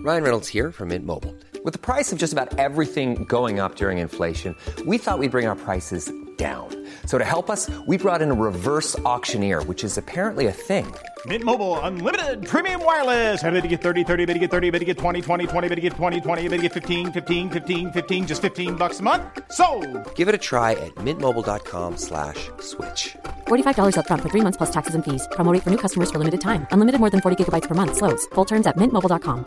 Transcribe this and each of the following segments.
Ryan Reynolds here from Mint Mobile. With the price of just about everything going up during inflation, we thought we'd bring our prices down. So to help us, we brought in a reverse auctioneer, which is apparently a thing. Mint Mobile Unlimited Premium Wireless. How to get 30, 30, bit to get 30, bit to get 20, 20, 20, bit to get 20, 20, bit to get 15, 15, 15, 15, just $15 a month? Sold! Give it a try at mintmobile.com/switch. $45 up front for 3 months plus taxes and fees. Promo rate for new customers for limited time. Unlimited more than 40 gigabytes per month. Slows full terms at mintmobile.com.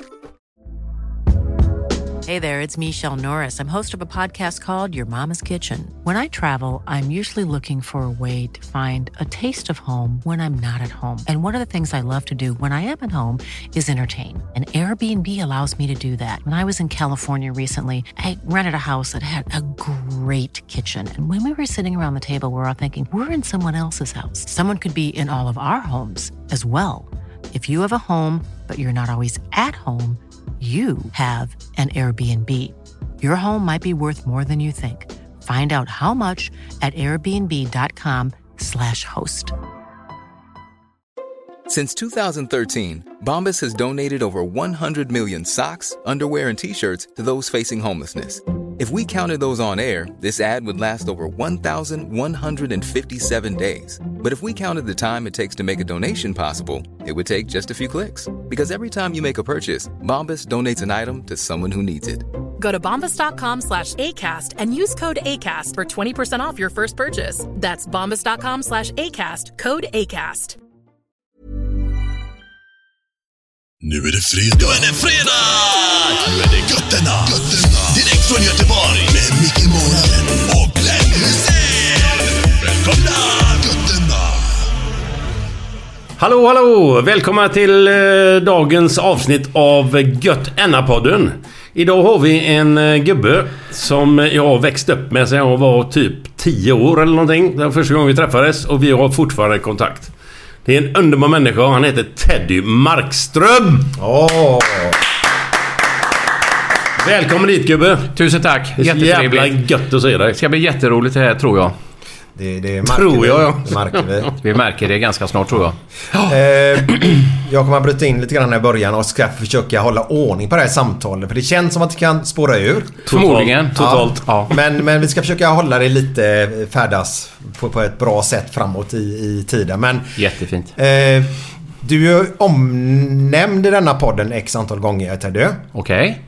Hey there, it's Michelle Norris. I'm host of a podcast called Your Mama's Kitchen. When I travel, I'm usually looking for a way to find a taste of home when I'm not at home. And one of the things I love to do when I am at home is entertain. And Airbnb allows me to do that. When I was in California recently, I rented a house that had a great kitchen. And when we were sitting around the table, we're all thinking, we're in someone else's house. Someone could be in all of our homes as well. If you have a home, but you're not always at home, you have an Airbnb. Your home might be worth more than you think. Find out how much at airbnb.com/host. Since 2013, Bombas has donated over 100 million socks, underwear, and T-shirts to those facing homelessness. If we counted those on air, this ad would last over 1,157 days. But if we counted the time it takes to make a donation possible, it would take just a few clicks. Because every time you make a purchase, Bombas donates an item to someone who needs it. Go to bombas.com/ACAST and use code ACAST for 20% off your first purchase. That's bombas.com/ACAST, code ACAST. Nu är det fredag. Nu är det fredag! Nu är det Götterna. Direkt från Göteborg. Med Micke Månaden och Glenn Hussein. Välkomna Götterna! Hallå, hallå! Välkomna till dagens avsnitt av Götterna-podden. Idag har vi en gubbe som jag har växt upp med sedan jag var typ 10 år eller någonting. Den första gången vi träffades, och vi har fortfarande kontakt. Det är en underbar människa. Han heter Teddy Markström. Välkommen dit, gubbe. Tusen tack. Det är jävla gött att se dig. Det ska bli jätteroligt det här, tror jag. Det märker tror jag, ja. Det märker vi. Vi märker det ganska snart, tror jag. Jag kommer att bryta in lite grann i början och ska försöka hålla ordning på det här samtalet. För det känns som att det kan spåra ur. Förmodligen. Totalt. Ja. Men vi ska försöka hålla det lite färdas på ett bra sätt framåt i tiden. Men, jättefint. Du är omnämnd i denna podden x antal gånger, Teddy. Okej.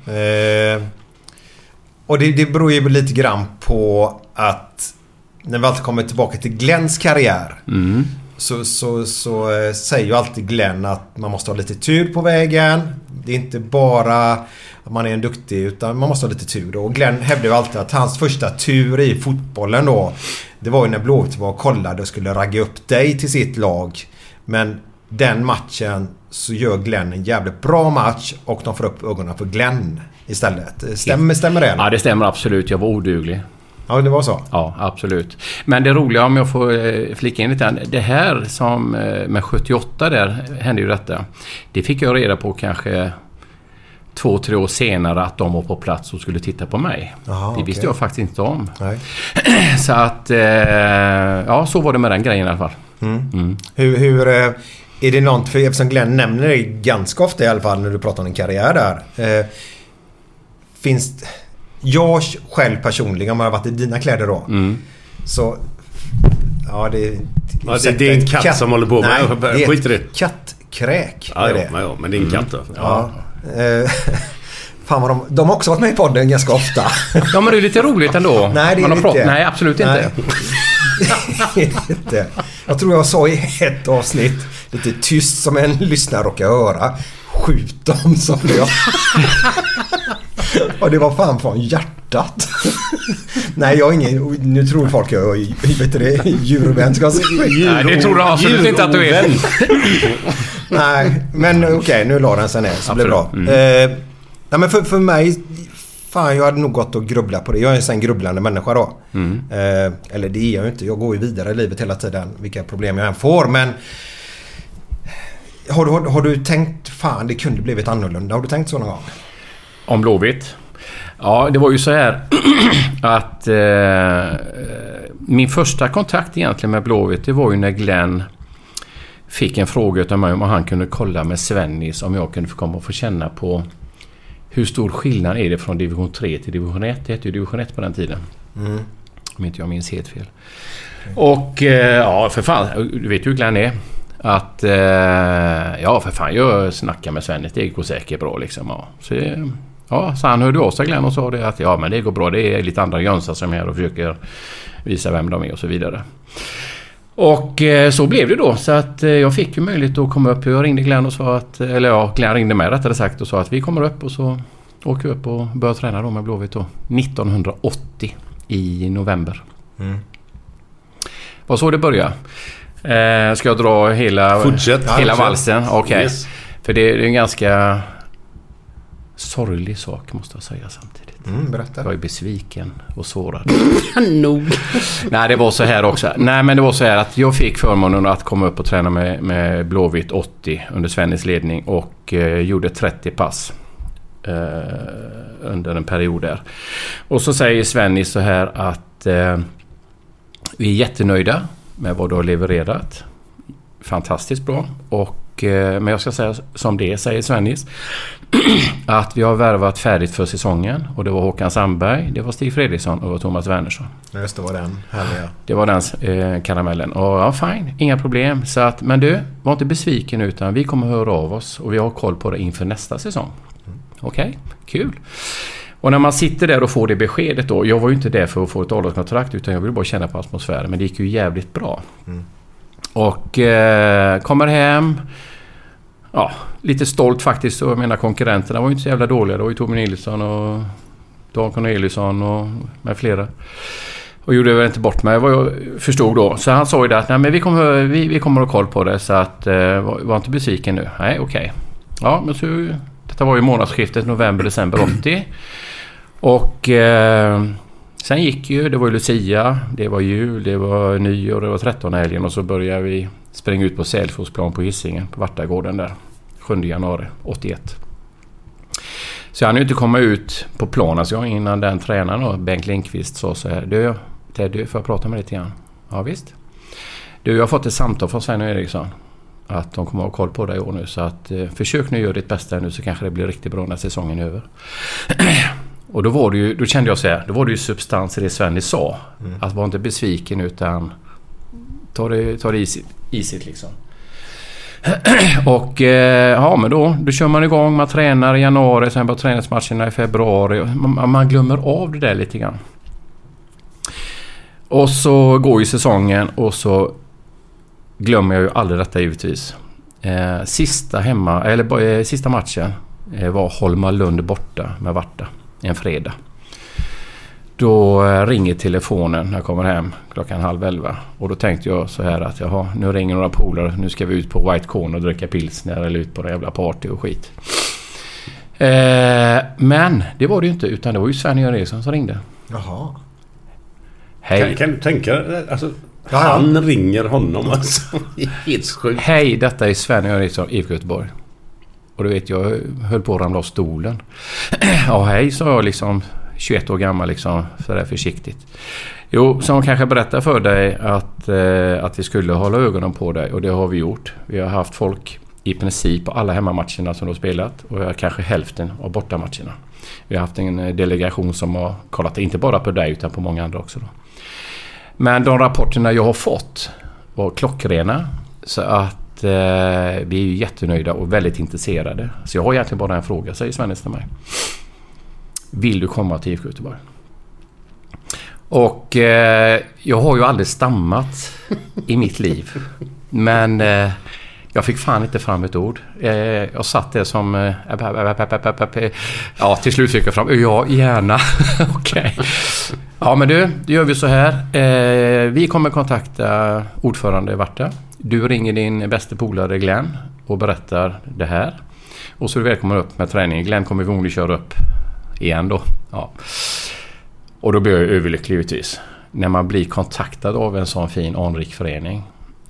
Och det beror ju lite grann på att när vi alltid kommer tillbaka till Glenns karriär så säger ju alltid Glenn att man måste ha lite tur på vägen. Det är inte bara att man är en duktig, utan man måste ha lite tur. Och Glenn hävdar ju alltid att hans första tur i fotbollen då, det var ju när Blåvitt var och kollade och skulle ragga upp dig till sitt lag. Men den matchen så gör Glenn en jävligt bra match och de får upp ögonen för Glenn istället. Stämmer det? Ja, det stämmer absolut. Jag var oduglig. Ja, det var så. Ja, absolut. Men det roliga, om jag får flika in lite, det här som med 78 där hände ju detta. Det fick jag reda på kanske 2-3 år senare, att de var på plats och skulle titta på mig. Aha, det visste jag faktiskt inte om. Nej. Så att, ja, så var det med den grejen i alla fall. Hur är det något, för eftersom Glenn nämner det ganska ofta i alla fall när du pratar om en karriär där. Finns jag själv personligen, om jag har varit i dina kläder då, så ja, det är en katt som håller på med. Nej, det är skit i det. Kattkräk. Ja, men det är en katt då. Ja. Fan vad de har också varit med i podden ganska ofta. Ja, men det är lite roligt ändå. Nej, det är inte. Nej, absolut inte. Inte. Jag tror jag sa i ett avsnitt lite tyst som en lyssnare råkar höra. Skjut dem, som jag. Och det var fan från hjärtat. Nej, jag är ingen. Nu tror folk jag vet det, djurvän ska säga. Nej, det tror jag absolut inte att du är. Nej, men okej, nu la den sig ner så blir det bra. Nej, men för mig, fan, jag hade nog gått och grubbla på det. Jag är en sån grubblande människa då. Eller det är jag ju inte. Jag går ju vidare i livet hela tiden, vilka problem jag än får. Men har du tänkt, fan, det kunde blivit annorlunda? Har du tänkt så någon gång? Om Blåvitt? Ja, det var ju så här att min första kontakt egentligen med Blåvitt, det var ju när Glenn fick en fråga av mig om han kunde kolla med Svennis om jag kunde få komma och få känna på hur stor skillnad är det från division 3 till division 1? Det hette ju division 1 på den tiden. Om inte jag minns helt fel. Och ja, för fan, du vet ju hur Glenn är. Att ja, för fan, jag snackar med Svennis, det går säkert bra liksom. Ja. Så han hörde av sig Glenn och sa det att ja, men det går bra, det är lite andra Jönsar som är här och försöker visa vem de är och så vidare. Och så blev det då, så att jag fick ju möjlighet att komma upp. Jag ringde Glenn och sa att, eller ja, Glenn ringde mig rättare sagt och sa att vi kommer upp, och så åker vi upp och börjar träna då med Blåvitt då 1980 i november. Vad så det började. Ska jag dra hela valsen? Okej. Yes. För det är en ganska sorglig sak, måste jag säga samtidigt. Berätta. Jag är besviken och sårad. Nog. Nej, det var så här också. Nej, men det var så här att jag fick förmånen att komma upp och träna med Blåvitt 80 under Svennis ledning och gjorde 30 pass under en period där. Och så säger Svennis så här att vi är jättenöjda med vad du har levererat. Fantastiskt bra. Men jag ska säga som det säger Svennis, att vi har värvat färdigt för säsongen, och det var Håkan Sandberg, det var Stig Fredriksson och det var Thomas Wernersson. Just det, var den härliga. Det var den karamellen. Och ja, fine, inga problem. Så att, men du, var inte besviken, utan vi kommer höra av oss och vi har koll på det inför nästa säsong. Okej, kul. Och när man sitter där och får det beskedet då, jag var ju inte där för att få ett avlagskontrakt, utan jag ville bara känna på atmosfären, men det gick ju jävligt bra. Och kommer hem, ja, lite stolt faktiskt. Och mina konkurrenterna var ju inte så jävla dåliga. Det var ju Tommy Nilsson och Dan Corneliusson och med flera. Och gjorde väl inte bort mig vad jag förstod då. Så han sa ju det att nej, men vi kommer att ha koll på det, så att var inte besviken nu. Nej, okej. Ja, men så detta var ju månadsskiftet november-december 80. Och sen gick ju, det var ju Lucia, det var jul, det var nyår, det var 13 helgen, och så började vi springa ut på Sälfosplan på Hisingen, på Vartagården där, 7 januari 81. Så han ju inte komma ut på planen så innan den tränaren då, Bengt Lindqvist, sa så här: du, får jag prata med dig lite grann? Ja, visst. Du, jag har fått ett samtal från Sven och Eriksson att de kommer att ha koll på dig i år nu, så att försök nu göra ditt bästa nu, så kanske det blir riktigt bra när säsongen är över. Och då var det ju, då kände jag så här, då var det ju substans i det Sven sa. Att vara inte besviken, utan ta det isigt liksom. Och ja, men då kör man igång, man tränar i januari, sen börjar träningsmatcherna i februari. Man glömmer av det där lite grann. Och så går ju säsongen, och så glömmer jag ju aldrig detta givetvis. Sista matchen var Holma-Lund borta med Varta en fredag. Då ringer telefonen när jag kommer hem 10:30, och då tänkte jag så här att jaha, nu ringer några polare, nu ska vi ut på White Corn och dricka pilsner eller ut på en jävla party och skit. Men det var det ju inte, utan det var ju Sven Eriksson som ringde. Jaha. Hej. Kan du tänka, alltså han ringer honom alltså. Helt sjukt. Hej, detta är Sven Eriksson, IFK Göteborg. Och du vet, jag höll på att ramla av stolen. Ja, hej, sa jag liksom, 21 år gammal liksom, så där försiktigt. Jo, som kanske berättar för dig att vi skulle hålla ögonen på dig, och det har vi gjort. Vi har haft folk i princip på alla hemmamatcherna som du har spelat, och kanske hälften av bortamatcherna. Vi har haft en delegation som har kollat inte bara på dig utan på många andra också då. Men de rapporterna jag har fått var klockrena, så att vi är ju jättenöjda och väldigt intresserade. Så jag har egentligen bara en fråga, säger Svennis till mig. Vill du komma till IFK Göteborg? Och jag har ju aldrig stammat i mitt liv. Men jag fick fan inte fram ett ord. Jag satt där som... Ja, till slut fick jag fram... Ja, gärna. Okej. Ja, men du, det gör vi så här. Vi kommer kontakta ordförande i Varta. Du ringer din bästa polare Glenn och berättar det här. Och så är du välkommen upp med träning. Glenn kommer förmodligen köra upp igen då. Ja. Och då blir jag överlycklig givetvis. När man blir kontaktad av en sån fin anrik förening.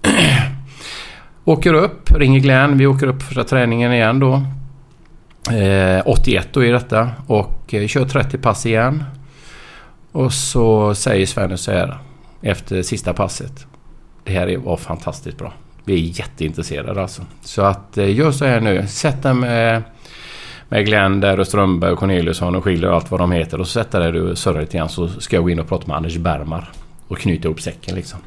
Åker upp, ringer Glenn. Vi åker upp första träningen igen då. 81 då är detta. Och kör 30 pass igen. Och så säger Sven så här efter sista passet: det här var fantastiskt bra. Vi är jätteintresserade alltså. Så att gör så här nu. Sätt dig med Glenn där och Strömberg och Corneliusson och Schiller och allt vad de heter. Och så sätter jag där och surrar lite grann, så ska jag gå in och prata med Anders Bergmar och knyta ihop säcken liksom.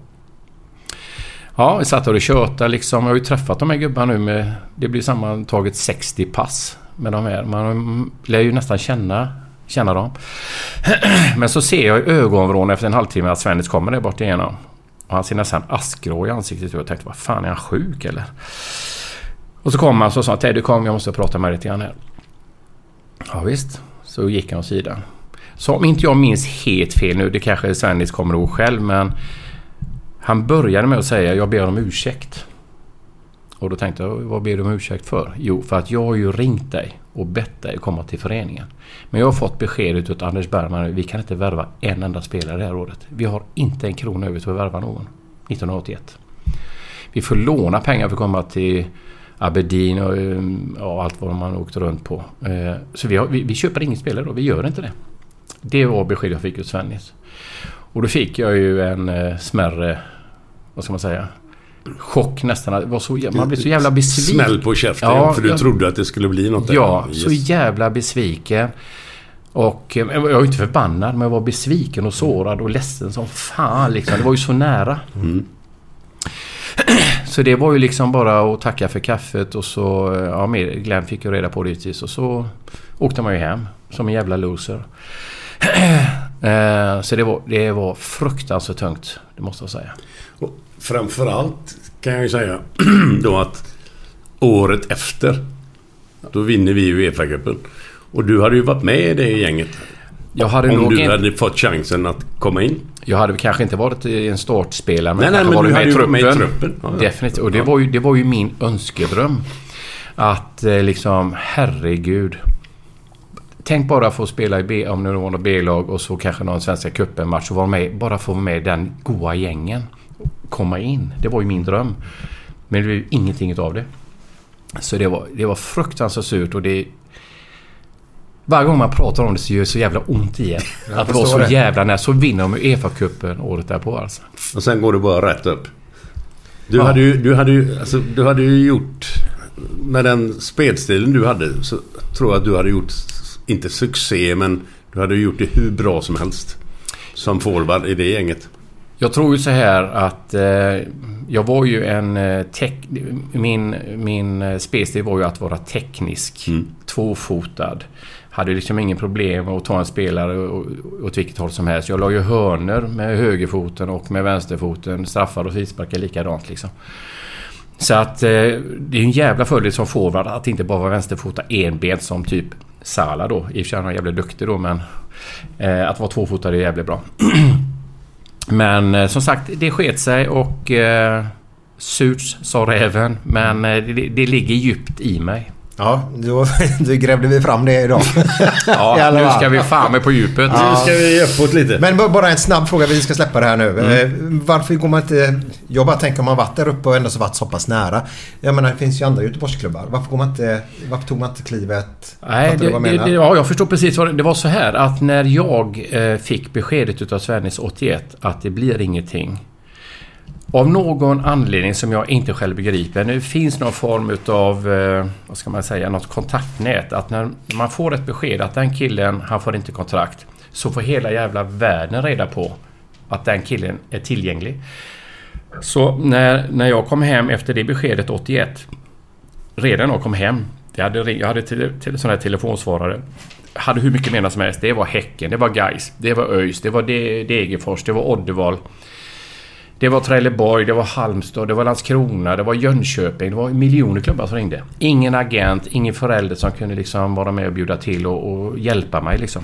Ja, vi satt och tjötade liksom. Jag har ju träffat de här gubbarna nu med, det blir sammantaget 60 pass med de här. Man lär ju nästan känna dem. Men så ser jag i ögonvrån efter en halvtimme att Svennis kommer där bort igenom. Och han ser nästan askgrå i ansiktet och jag tänkte, vad fan, är han sjuk eller? Och så kom han och sa att du kom, jag måste prata med dig lite grann här. Ja visst, så gick han åt sidan. Så om inte jag minns helt fel nu, det kanske Svennis kommer ihåg själv, men han började med att säga, jag ber om ursäkt. Och då tänkte jag, vad ber du om ursäkt för? Jo, för att jag har ju ringt dig och bett dig komma till föreningen. Men jag har fått besked ut Anders Bergman, vi kan inte värva en enda spelare det här året. Vi har inte en krona över till att värva någon. 1981. Vi får låna pengar för att komma till Aberdeen och allt vad man åkt runt på. Så vi köper ingen spelare och vi gör inte det. Det var besked jag fick ut Svennis. Och då fick jag ju en smärre, vad ska man säga, chock nästan. Man blev så jävla besviken. Smäll på käften, för du trodde att det skulle bli något. Ja, så jävla besviken. Och jag var inte förbannad, men jag var besviken och sårad och ledsen som fan liksom. Det var ju så nära. Så det var ju liksom bara att tacka för kaffet och så, Glenn fick ju reda på det givetvis, och så åkte man ju hem som en jävla loser. Så det var fruktansvärt tungt, det måste jag säga. Och framförallt kan jag ju säga då att året efter då vinner vi ju UEFA-cupen. Och du hade ju varit med i det gänget. Om du hade fått chansen att komma in. Jag hade kanske inte varit en startspelare, men men varit med i truppen. Ja, definitivt. Och det var ju min önskedröm. Att liksom, herregud. Tänk bara få spela i om det var något B-lag och så kanske någon svenska cupen-match och bara få med den goa gängen. Komma in. Det var ju min dröm. Men det blev ingenting av det. Så det var fruktansvärt surt, och det varje gång man pratar om det så gör det så jävla ont igen. Att det var så jävla när så vinner de UEFA-cupen året därpå alltså. Och sen går det bara rätt upp. Du hade ju gjort med den spelstilen du hade, så tror jag att du hade gjort inte succé, men du hade gjort det hur bra som helst som forward i det gänget. Jag tror ju så här att jag var ju min spelstil var ju att vara teknisk, tvåfotad. Hade liksom ingen problem att ta en spelare åt vilket håll som helst. Jag la ju hörner med högerfoten och med vänsterfoten, straffar och frisparkar likadant liksom. Så att det är en jävla fördel som forward att inte bara vara vänsterfota enbent som typ Salah då. I och för sig är han jävligt duktig då, men att vara tvåfotad är jävligt bra. Men som sagt, det sket sig och surt sa räven, men det ligger djupt i mig. Ja, då grävde vi fram det idag. Ja, nu ska vi fan med på djupet. Ja. Nu ska vi uppåt lite. Men bara en snabb fråga, vi ska släppa det här nu. Varför går man inte... Jag bara tänker om man varit där uppe och ändå så varit så pass nära. Jag menar, det finns ju andra Göteborgsklubbar. Varför tog man inte klivet? Nej, jag förstår precis vad det var. Så här att när jag fick beskedet utav Svennis 81 att det blir ingenting, av någon anledning som jag inte själv begriper. Nu finns någon form utav, vad ska man säga, något kontaktnät. Att när man får ett besked att den killen, han får inte kontrakt, så får hela jävla världen reda på att den killen är tillgänglig. Så när jag kom hem efter det beskedet 81, redan när jag kom hem, jag hade till sån här telefonsvarare, hade hur mycket mer som helst. Det var Häcken, det var Gais, det var ÖIS, det var Degerfors, det var Oddevall. Det var Trelleborg, det var Halmstad, det var Landskrona, det var Jönköping. Det var miljoner klubbar som ringde. Ingen agent, ingen förälder som kunde liksom vara med och bjuda till och hjälpa mig liksom.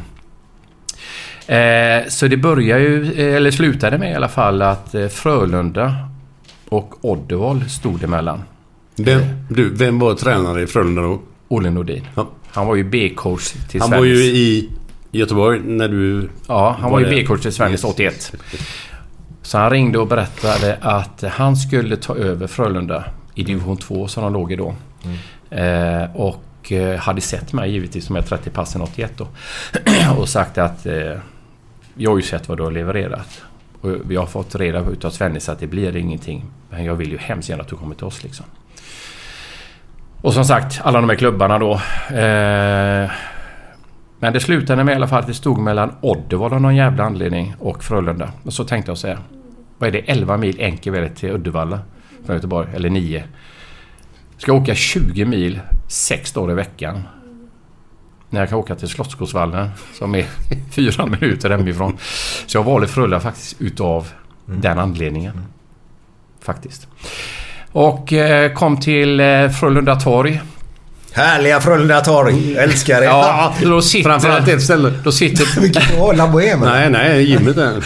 Så det började ju, eller slutade med i alla fall, att Frölunda och Oddevall stod emellan. Vem var tränare i Frölunda då? Olle Nordin. Ja. Han var ju B-coach till Svennis. Han var ju i Göteborg när du... Ja, han var ju B-coach till Svennis 81. Så han ringde och berättade att han skulle ta över Frölunda i division 2 som de låg i då. Och hade sett mig givetvis som är 30 passen 81 då. Och sagt att jag har ju sett vad du har levererat. Och vi har fått reda utav Svennis att det blir ingenting. Men jag vill ju hemskt gärna att du kommer till oss liksom. Och som sagt, alla de här klubbarna då. Men det slutade med i alla fall att det stod mellan Oddevall av någon jävla anledning och Frölunda. Och så tänkte jag säga, vad är det, 11 mil enkel väg till Uddevalla från Göteborg, eller 9. Ska jag åka 20 mil 6 dagar i veckan när jag kan åka till Slottsskogsvallen som är 4 minuter hemifrån. Så jag valde Frölunda faktiskt utav den anledningen. Faktiskt. Och kom till Frölunda torg. Härliga Frölunda torg. Älskar det. Ja, då sitter, framförallt ett ställe. Då sitter... Nej, gymmet där.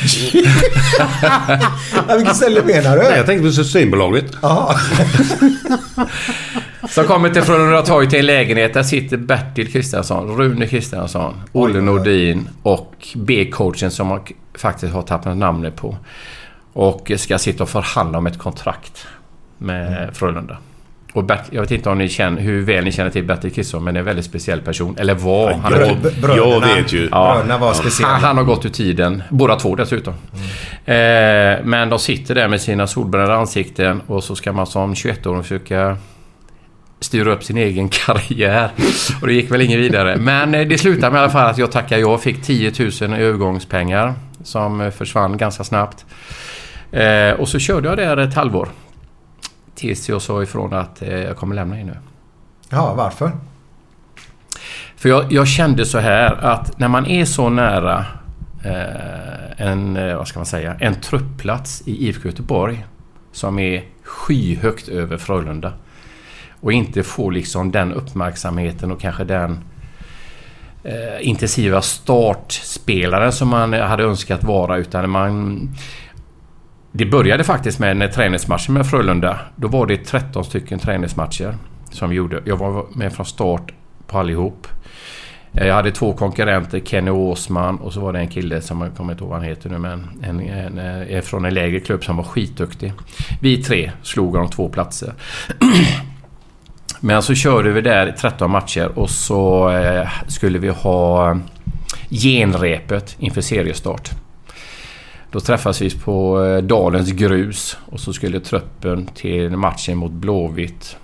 Vilket ställe menar du? Nej, jag tänkte på Systembolaget. Så kommer till Frölunda torg till en lägenhet. Där sitter Bertil Kristiansson, Rune Kristiansson, Olle Nordin och B-coachen som man faktiskt har tappat namnet på. Och ska sitta och förhandla om ett kontrakt med Frölunda. Och jag vet inte om ni känner, hur väl ni känner till Bertil Kristiansson, men det är en väldigt speciell person. Eller var. Jag vet ju. Bröderna var speciella. Han har gått ur tiden. Båda två dessutom. Men de sitter där med sina solbrända ansikten. Och så ska man som 21-åring försöka styra upp sin egen karriär. Och det gick väl ingen vidare. Men det slutade med i alla fall att jag tackade. Jag fick 10 000 övergångspengar som försvann ganska snabbt. Och så körde jag där ett halvår. Tills jag sa ifrån att jag kommer lämna in nu. Ja, varför? För jag kände så här att när man är så nära en truppplats i IFK Göteborg som är skyhögt över Frölunda och inte får liksom den uppmärksamheten och kanske den intensiva startspelaren som man hade önskat vara, utan det började faktiskt med en träningsmatch med Frölunda. Då var det 13 stycken träningsmatcher som vi gjorde. Jag var med från start på allihop. Jag hade 2 konkurrenter, Kenny Åsman, och så var det en kille som jag kommer inte ihåg vad han heter nu, men en från en lägre klubb som var skitduktig. Vi 3 slog de 2 platser. Men så körde vi där 13 matcher och så skulle vi ha genrepet inför seriestart. Då träffades vi på Dalens grus och så skulle truppen till matchen mot Blåvitt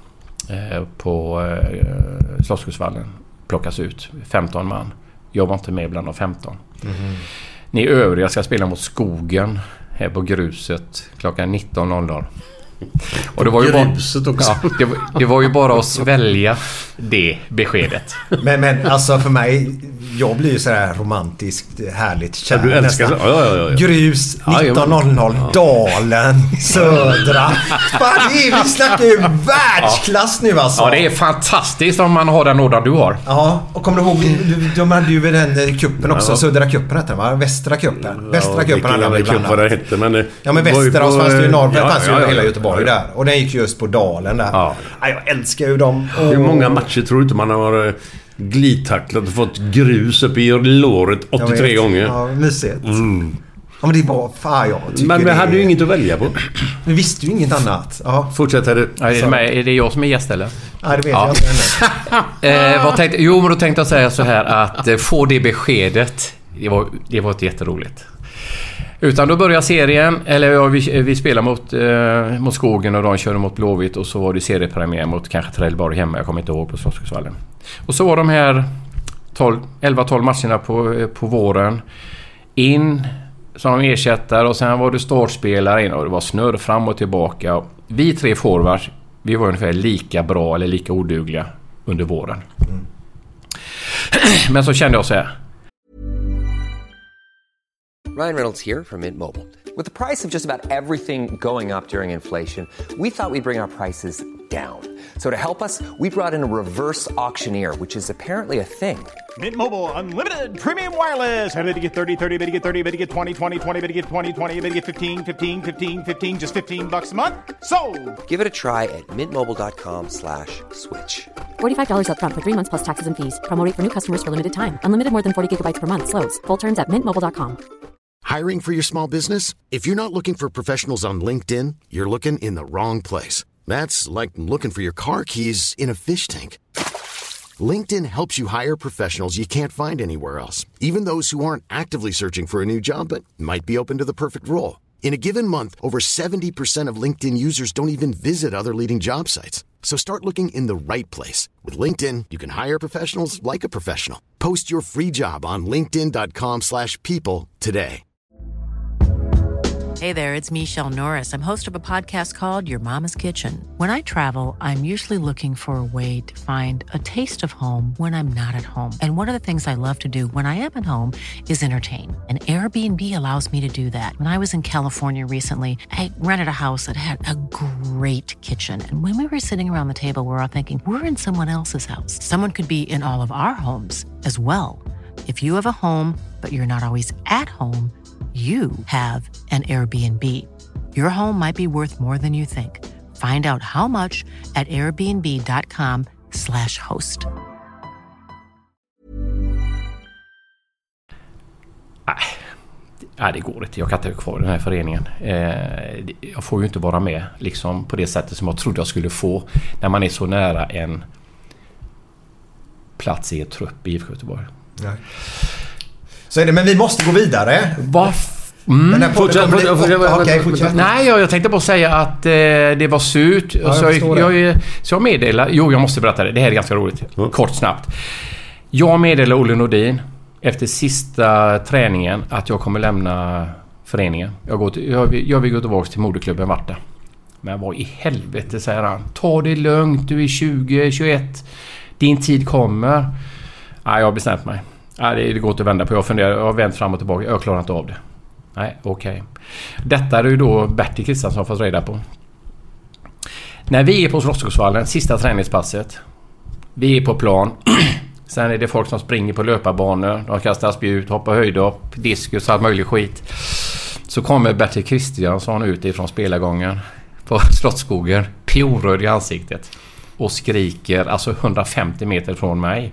på Slottsskogsvallen plockas ut. 15 man. Jag var inte med bland de 15. Ni övriga ska spela mot Skogen här på gruset klockan 19.00. Och det var ju det var ju bara att svälja det beskedet. Men alltså för mig, jag blir ju så här romantiskt härligt kär. Du älskar ja. Grus 19.00 Dalen Södra. Vi snackar ju världsklass nu alltså. Ja, det är fantastiskt om man har den ådran du har. Ja, och kommer du ihåg de hade ju den kuppen också, Södra kuppen hette va? Västra kuppen. Västra kuppen hade vi bland annat. Ja, men västra och så fanns det ju norr, det fanns ju hela Göteborg där. Och den gick just på Dalen där. Ja, jag älskar ju dem. Hur många matcher tror du inte man har glidtacklat och fått grus upp i låret 83 gånger? Ja, mysigt. Ja, men det var fan jag tycker. Men vi hade ju inget att välja på. Vi visste ju inget annat. Ja. Fortsätter du. Är det jag som är gäst eller? Nej, det vet jag inte ännu. Men då tänkte jag säga så här att få det beskedet, det var ett jätteroligt. Utan då började serien, eller vi spelade mot Skogen och de körde mot Blåvitt och så var det seriepremiär mot kanske Trellborg hemma, jag kommer inte ihåg, på Slottsskogsvallen. Och så var de här 11-12 matcherna på våren in som ersättare och sen var det startspelare in och det var snurr fram och tillbaka. Vi 3 forwards, vi var ungefär lika bra eller lika odugliga under våren. Men så kände jag så här. Ryan Reynolds here from Mint Mobile. With the price of just about everything going up during inflation, we thought we'd bring our prices down. So to help us, we brought in a reverse auctioneer, which is apparently a thing. Mint Mobile Unlimited Premium Wireless. How to get 30, 30, bit to get 30, bit to get 20, 20, 20, bit to get 20, 20, bit to get 15, 15, 15, 15, just $15 a month? Sold! Give it a try at mintmobile.com/switch. $45 up front for 3 months plus taxes and fees. Promo rate for new customers for limited time. Unlimited more than 40 gigabytes per month. Slows full terms at mintmobile.com. Hiring for your small business? If you're not looking for professionals on LinkedIn, you're looking in the wrong place. That's like looking for your car keys in a fish tank. LinkedIn helps you hire professionals you can't find anywhere else, even those who aren't actively searching for a new job but might be open to the perfect role. In a given month, over 70% of LinkedIn users don't even visit other leading job sites. So start looking in the right place. With LinkedIn, you can hire professionals like a professional. Post your free job on linkedin.com/people today. Hey there, it's Michelle Norris. I'm host of a podcast called Your Mama's Kitchen. When I travel, I'm usually looking for a way to find a taste of home when I'm not at home. And one of the things I love to do when I am at home is entertain. And Airbnb allows me to do that. When I was in California recently, I rented a house that had a great kitchen. And when we were sitting around the table, we were all thinking, we're in someone else's house. Someone could be in all of our homes as well. If you have a home, but you're not always at home, you have an Airbnb. Your home might be worth more than you think. Find out how much at airbnb.com/host. Nej, det går inte. Jag kan inte kvar i den här föreningen. Jag får ju inte vara med liksom på det sättet som jag trodde jag skulle få när man är så nära en plats i ett trupp i IFK Göteborg. Nej. Så är det, men vi måste gå vidare. Nej, jag tänkte bara säga att det var surt. Ja, så jag meddelar. Jo, jag måste berätta det. Det här är ganska roligt. Kort, snabbt. Jag meddelar Olle Nordin efter sista träningen att jag kommer lämna föreningen. Jag vill gå tillbaka till moderklubben Varta. Men vad i helvete, säger han. Ta det lugnt, du är 20, 21. Din tid kommer. Nej, jag har bestämt mig. Nej, det går inte att vända på. Jag har vänt fram och tillbaka. Jag klarar inte av det. Nej, okej. Detta är ju då Bertil Kristiansson fått reda på. När vi är på Slottsskogsvallen, sista träningspasset. Vi är på plan. Sen är det folk som springer på löparbanor. De kastar spjut, hoppar höjdhopp, diskus, all möjlig skit. Så kommer Bertil Kristiansson ut ifrån spelargången på Slottsskogen, piorröd i ansiktet. Och skriker, alltså 150 meter från mig.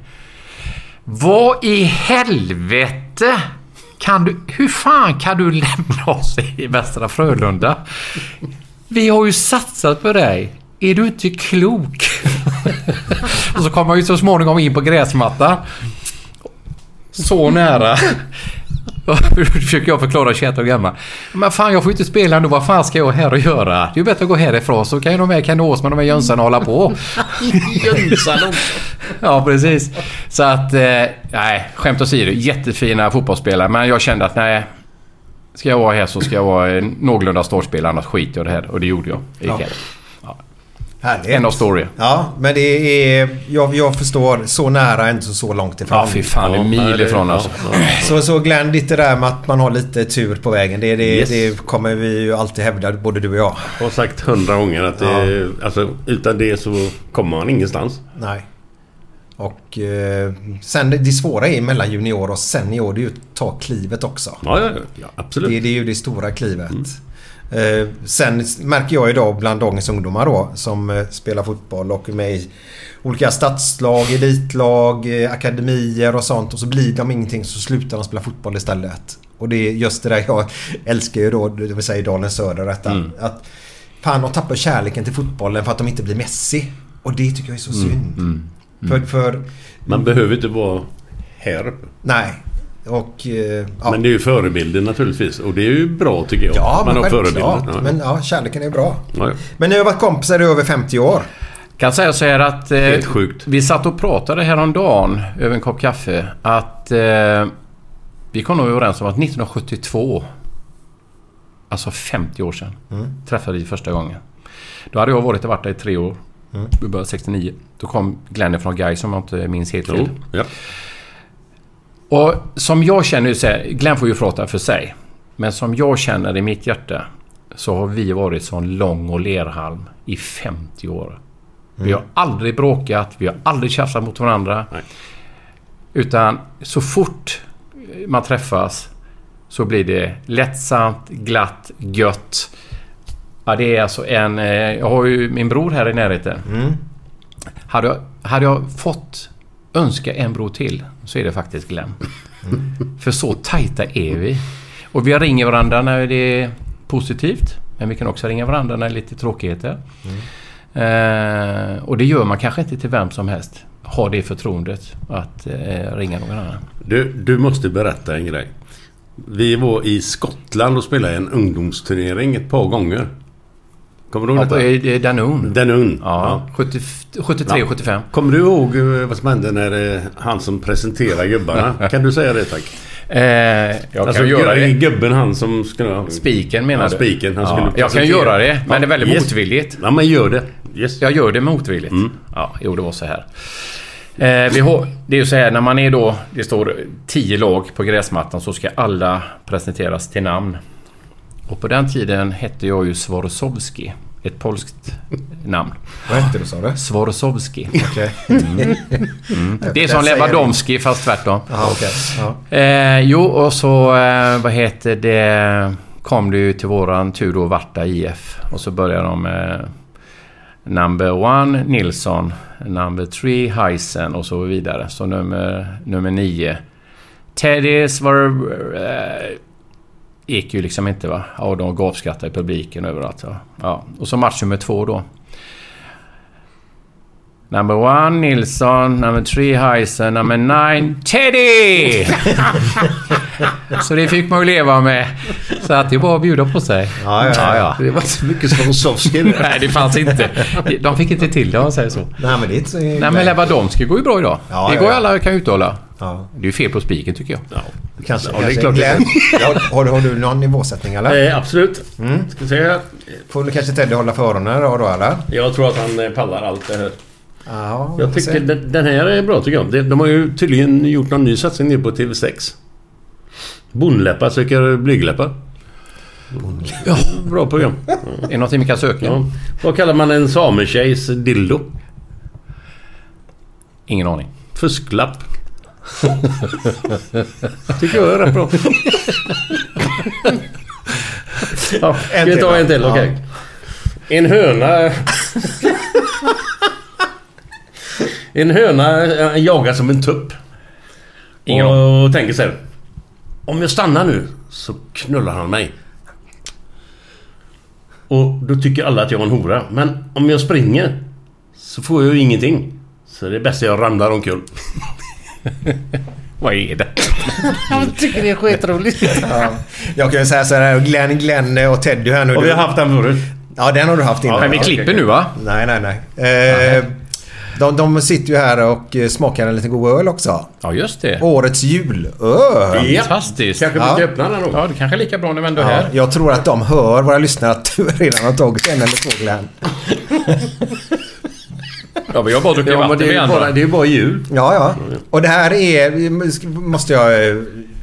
Vad i helvete hur fan kan du lämna oss i Västra Frölunda? Vi har ju satsat på dig. Är du inte klok? Och så kommer man ju så småningom in på gräsmattan. Så nära. Försöker jag förklara 21 år gammal. Men fan, jag får inte spela nu. Vad fan ska jag här och göra? Det är bättre att gå härifrån. Så kan ju de här kanås med de här jönsarna hålla på. Jönsarna också. Ja, precis. Så att, nej, skämt åsido. Jättefina fotbollsspelare. Men jag kände att nej, ska jag vara här så ska jag vara någorlunda storspelare. Annars skiter jag det här. Och det gjorde jag. Ja. En av story. Ja, men det är jag förstår, så nära inte så långt ifrån. Ja, fy fan, en mil ifrån oss. Så Glenn, lite där med att man har lite tur på vägen. Det kommer vi ju alltid hävda, både du och jag. Jag har sagt 100 gånger att alltså, utan det så kommer man ingenstans. Nej. Och sen det svåra är mellan junior och senior, det är ju att ta klivet också. Ja, absolut. Det är ju det stora klivet. Sen märker jag idag bland dagens ungdomar då, som spelar fotboll och är med i olika stadslag, elitlag, akademier och sånt, och så blir de ingenting, så slutar de spela fotboll istället. Och det är just det där jag älskar ju då, det vill säga Dalen Söder, detta att fan, de tappar kärleken till fotbollen för att de inte blir Messi, och det tycker jag är så synd. För man behöver inte vara här. Nej. Och, men det är ju förebilden naturligtvis. Och det är ju bra, tycker jag. Ja, man har förebilden. Ja. Men kärleken är bra. Ja. Men ni har varit kompisar i över 50 år. Kan säga så här att helt sjukt. Vi satt och pratade häromdagen över en kopp kaffe att vi kom nog överens om att 1972, alltså 50 år sedan, träffade vi första gången. Då hade jag varit där i 3 år. Vi började 69. Då kom Glenn från Gais, som jag inte minns helt fel. Ja. Och som jag känner så här, Glenn får ju prata för sig, men som jag känner i mitt hjärta så har vi varit sån lång och lerhalm i 50 år. Vi har aldrig bråkat, vi har aldrig tjafsat mot varandra. Nej. Utan så fort man träffas så blir det lättsamt, glatt, gött. Ja, det är alltså jag har ju min bror här i närheten. Hade jag fått önska en bror till, så är det faktiskt Glenn. För så tajta är vi. Och vi ringer varandra när det är positivt, men vi kan också ringa varandra när det är lite tråkigheter. Och det gör man kanske inte till vem som helst. Ha det förtroendet att ringa någon annan. Du måste berätta en grej. Vi var i Skottland och spelade en ungdomsturnering ett par gånger. Kommer du ihåg detta? Danone. Ja. 73-75. Kommer du ihåg vad som hände när han som presenterar gubbarna? Kan du säga det, tack? Jag kan göra det. Gubben han som skulle... Spiken menar du? Spiken. Han skulle jag kan göra det, men det är väldigt motvilligt. Ja, men gör det. Yes. Jag gör det motvilligt. Ja, det var så här. Det är ju så här, när man är då... Det står 10 lag på gräsmattan, så ska alla presenteras till namn. Och på den tiden hette jag ju Swarzowski. Ett polskt namn. Vad hette du, sa du? Swarzowski. Okay. Det är som Lewandowski fast tvärtom. Aha, okay. Och så kom det ju till våran tur då Varta IF. Och så började de med number 1 Nilsson, number 3 Heisen och så vidare. Så nummer 9 Teddys var... gick ju liksom inte, va? Ja, de gapskrattade i publiken överallt. Ja. Och så match nummer 2 då. Number 1 Nilsson, number 3 Heisen, number 9 Teddy! Så det fick man ju leva med. Så att det var att bjuda på sig. Ja. Det var inte så mycket Swarzowski. Nej, det fanns inte. De fick inte till det, om man säger så. Nej, men det är inte så... Nej, men Lewandowski går ju bra idag. Det går alla kan uttala. Ja. Det är ju fel på spiken, tycker jag. Ja. Kanske. Det är klart. Har du någon nivåsättning, eller? Absolut. Ska säga. Får du kanske Teddy hålla för öronen då, eller? Jag tror att han pallar allt det här. Ja, jag tycker den här är bra, tycker jag. De har ju tydligen gjort någon ny satsning nu på TV6. Bondläppar söker blygläppar. Ja, bra program. Är det någonting vi kan söka? Ja. Vad kallar man en sametjejs dildo? Ingen aning. Fusklapp. Tycker jag är rätt bra. Ja, vi tar en till, okej. En höna... En höna jagar som en tupp. Och tänker så här: om jag stannar nu så knullar han mig. Och då tycker alla att jag är en hora. Men om jag springer så får jag ju ingenting. Så det är bäst jag ramlar omkull. Vad är det? Jag tycker det är skitroligt. Ja. Jag kan ju säga så här: Glenn och Teddy här nu. Och vi har haft den förut. Ja, den har du haft innan. Men vi klipper nu, va? Nej. De sitter ju här och smakar en liten god öl också. Ja, just det. Årets julöl. Fantastiskt. Kanske vi ska öppna den då. Ja, det kanske är lika bra när vi ändå är här. Jag tror att de hör, våra lyssnare, att du redan har tagit en eller 2 Glenn. Ja, vi har bara druckit vatten med andra. Det är bara jul. Ja. Och det här är... Måste jag...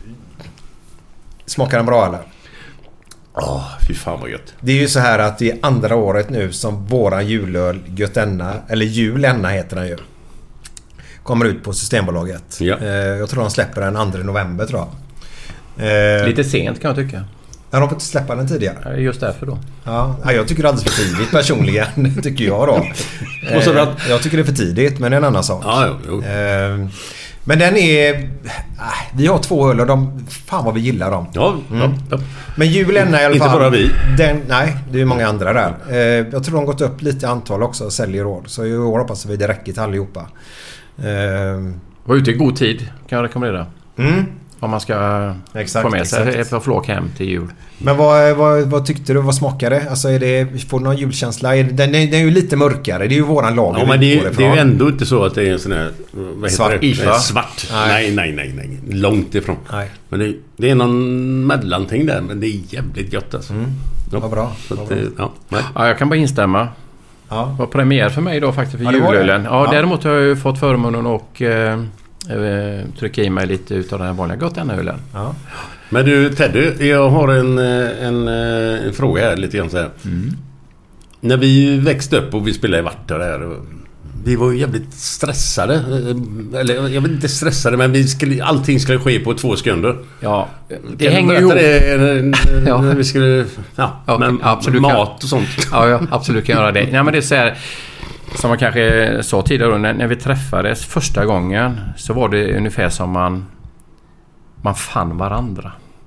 Smaka den bra, eller? Fy fan vad gött. Det är ju så här att det är andra året nu som våran julöl Götenna, eller Julenna heter den ju, kommer ut på Systembolaget. Ja. Jag tror de släpper den 2 november, tror jag. Lite sent, kan jag tycka. Ja, de får inte släppa den tidigare. Just därför då. Ja, jag tycker det är alldeles för tidigt personligen, tycker jag då. Jag tycker det är för tidigt, men det är en annan sak. Ja, jo. Men den är... Vi har 2 öl och fan vad vi gillar dem. Ja. Men Julenna i alla fall... Inte bara vi. Nej, det är många andra där. Jag tror de gått upp lite antal också och säljer i år. Så i år hoppas vi det räcker till allihopa. Var ute i god tid, kan jag rekommendera. Om man ska få med sig ett flak hem till jul. Men vad tyckte du? Vad smakade? Alltså får du någon julkänsla? Den är ju lite mörkare. Det är ju våran lager. Ja, men det är ju ändå inte så att det är en sån här... Svart. Nej. Långt ifrån. Nej. Men det är någon mellanting där. Men det är jävligt gött alltså. Ja. Vad bra. Ja, jag kan bara instämma. Ja. Det var premiär för mig då faktiskt för det julölen. Ja, ja. Däremot har jag ju fått förmånen och trycka i mig lite utav den här vanliga Götenna-ölen. Ja. Men du Teddy, jag har en fråga här lite grann så här. När vi växte upp och vi spelade i Varta där, vi var ju jävligt stressade. Eller jag vet inte stressade, men allting skulle ske på 2 sekunder. Ja, det hänger ihop. När vi skulle absolut mat och sånt. Ja, absolut kan göra det. Nej, men det är så här, som man kanske sa tidigare, när vi träffades första gången så var det ungefär som man fann varandra.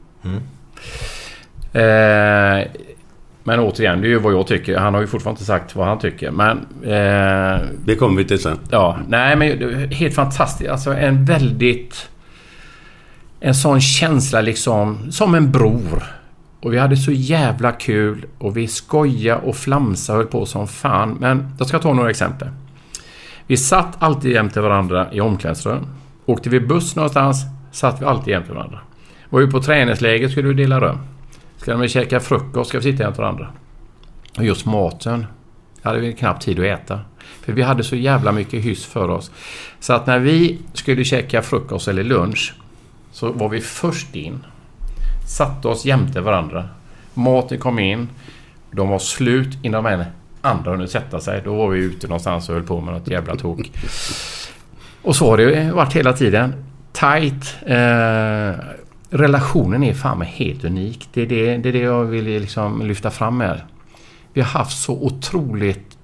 Men återigen, det är ju vad jag tycker. Han har ju fortfarande inte sagt vad han tycker. Men det kommer vi till sen. Ja, nej, men helt fantastiskt. Alltså en sån känsla liksom som en bror. Och vi hade så jävla kul och vi skojade och flamsade och höll på som fan. Men jag ska ta några exempel. Vi satt alltid jämte varandra i omklädningsrum. Åkte vi buss någonstans satt vi alltid jämte varandra. Var vi på träningsläget skulle vi dela rum. Ska vi käka frukost ska vi sitta jämte varandra. Och just maten hade vi knappt tid att äta. För vi hade så jävla mycket hyss för oss. Så att när vi skulle käka frukost eller lunch så var vi först in. Satte oss jämte varandra. Maten kom in. De var slut innan de andra kunde sätta sig. Då var vi ute någonstans och höll på med något jävla tok. Och så har det varit hela tiden. Tight. Relationen är fan med helt unik. Det är det jag vill liksom lyfta fram med. Vi har haft så otroligt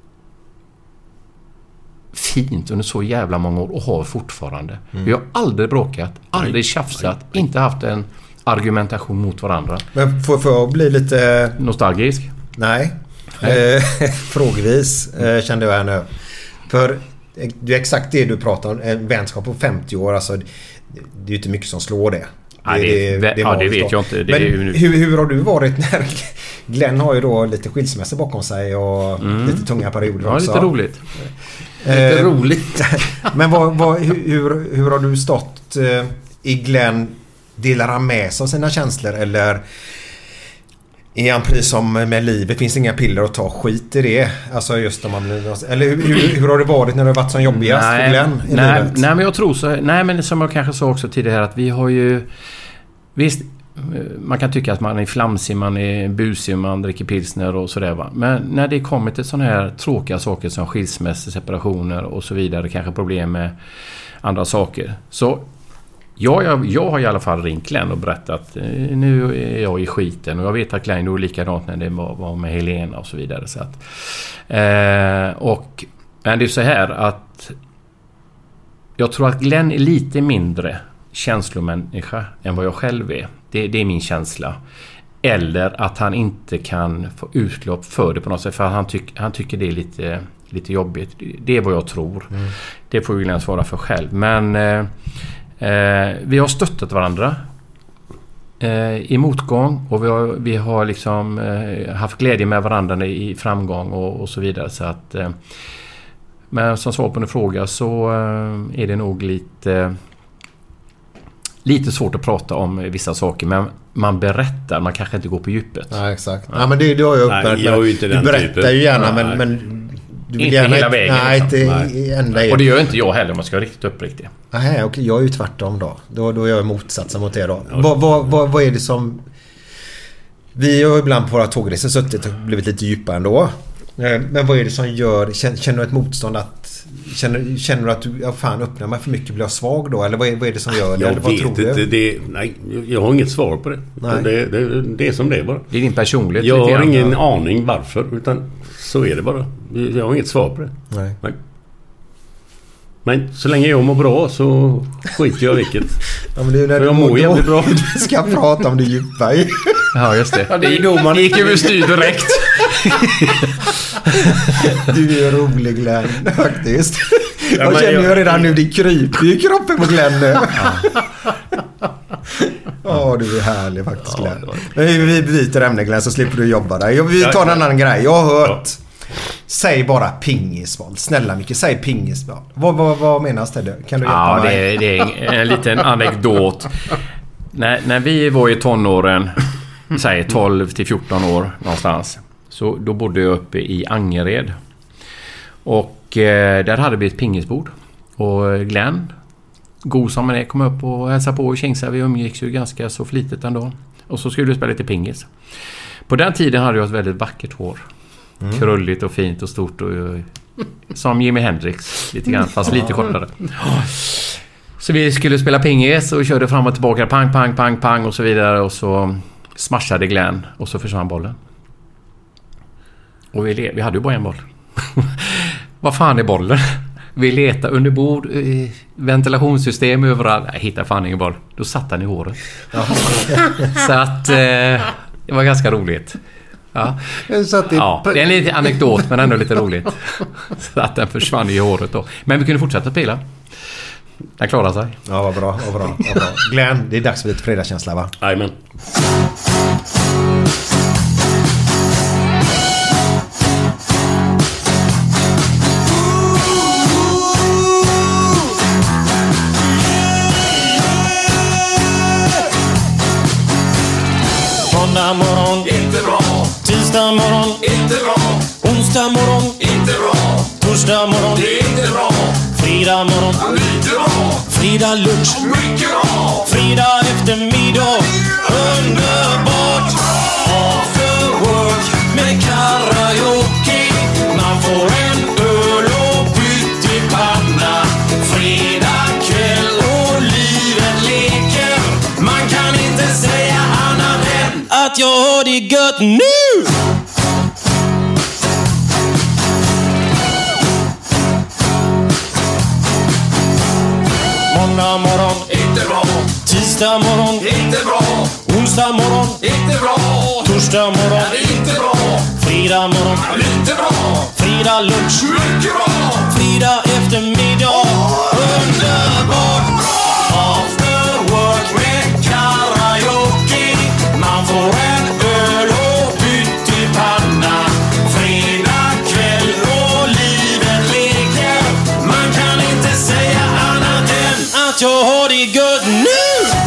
fint under så jävla många år och har fortfarande. Vi har aldrig bråkat, aldrig tjafsat, inte haft en argumentation mot varandra. Men får jag bli lite... nostalgisk? Nej. Frågvis kände jag här nu. För det är exakt det du pratar om. En vänskap på 50 år. Alltså, det är ju inte mycket som slår det. Det vet jag inte. Men hur har du varit när... Glenn har ju då lite skilsmässor bakom sig och lite tunga perioder också. Ja, lite roligt. Lite roligt. Men hur har du stått i Glenn? Delar han med sig av sina känslor eller är han precis som med livet? Finns det inga piller att ta skit i det? Alltså just om man blir... Eller hur har det varit när det har varit som jobbigast för Glenn i livet? Nej, men jag tror så... Nej, men som jag kanske sa också tidigare att vi har ju... Visst, man kan tycka att man är flamsig, man är busig, man dricker pilsner och sådär va. Men när det kommer till sådana här tråkiga saker som skilsmässor, separationer och så vidare, kanske problem med andra saker. Så jag har i alla fall ringt Glenn och berättat nu är jag i skiten och jag vet att Glenn var likadant när det var med Helena och så vidare. Så att, men det är så här att jag tror att Glenn är lite mindre känslomänniska än vad jag själv är. Det är min känsla. Eller att han inte kan få utlopp för det på något sätt. För han tycker det är lite jobbigt. Det är vad jag tror. Det får ju Glenn svara för själv. Men vi har stöttat varandra i motgång. Och vi har liksom haft glädje med varandra i framgång och så vidare. Så att, men som svar på en fråga så är det nog lite svårt att prata om vissa saker, men man berättar, man kanske inte går på djupet. Ja, exakt. Ja, men det har jag uppmärkt. Du berättar ju gärna, men du vill inte gärna... hela vägen. Nej, liksom. inte ända. Och det gör inte jag heller, om man ska vara riktigt uppriktig. Nej, okej, jag är ju tvärtom då. Då är jag motsatsen mot det då. Vad är det som... Vi har ibland på våra tågresor suttit och blivit lite djupare ändå. Men vad är det som gör... Känner du ett motstånd att... Känner du att du öppnar mig för mycket, blir jag svag då? Eller vad är det som gör det? Jag vet inte. Nej, jag har inget svar på det. Det är som det är bara. Det är din personlighet. Jag har ingen aning varför, utan så är det bara. Jag har inget svar på det. Nej. Men så länge jag mår bra så skiter jag vilket. Ja, men det är när jag mår jävligt bra. Vi ska prata om det djupa i. Ja, just det. Ja, det är då man gick över styr direkt. Du är rolig, Glenn, faktiskt. Jag känner ju redan nu, det kryper i kroppen på Glenn nu. Ja, du är härlig faktiskt, Glenn. Men vi byter ämne, Glenn, så slipper du jobba där. Vi tar en annan grej. Jag har hört... Säg bara pingisboll. Snälla mycket, säg pingisboll. Vad menas det? Kan du hjälpa mig? Det är en liten anekdot. När vi var i tonåren, säg 12-14 år någonstans, så då bodde jag uppe i Angered. Och där hade vi ett pingisbord. Och Glenn, god som han är, kom upp och hälsade på och kingsade. Vi umgicks ju ganska så flitigt ändå. Och så skulle vi spela lite pingis. På den tiden hade jag ett väldigt vackert hår. Krulligt och fint och stort och som Jimi Hendrix lite grann, fast lite kortare. Så vi skulle spela pingis och körde fram och tillbaka, pang, pang, pang, pang och så vidare, och så smashade Glenn och så försvann bollen. Och vi hade ju bara en boll. Vad fan är bollen? Vi letade under bord, ventilationssystem överallt. Jag hittade fan ingen boll. Då satt han i håret. Så att det var ganska roligt. Ja. Det är en liten anekdot, men ändå lite roligt. Så att den försvann i håret då. Men vi kunde fortsätta spela. Den klarade sig. Ja, vad bra. Glenn, det är dags för lite fredagskänsla, va? Jajamän. Måndag morgon, inte bra. tisdag morgon, Inte bra. onsdag morgon, Inte bra. torsdag morgon, Det är inte bra. fredag morgon, Lite bra. fredag lunch, Mycket bra. fredag eftermiddag. Underbart! After work med karaoke. Man får en öl och pyttipanna. Fredag kväll och livet leker. Man kan inte säga annat än att jag har det gött nu! Måndag morgon, Inte bra. tisdag morgon, Inte bra. onsdag morgon, Inte bra. torsdag morgon, Det är inte bra. fredag morgon, Lite bra. fredag lunch, Mycket bra. fredag eftermiddag. Underbart! After work med karaoke. Man får en öl och pyttipanna. Fredag kväll och livet leker. Man kan inte säga annat än att jag har det gött nu!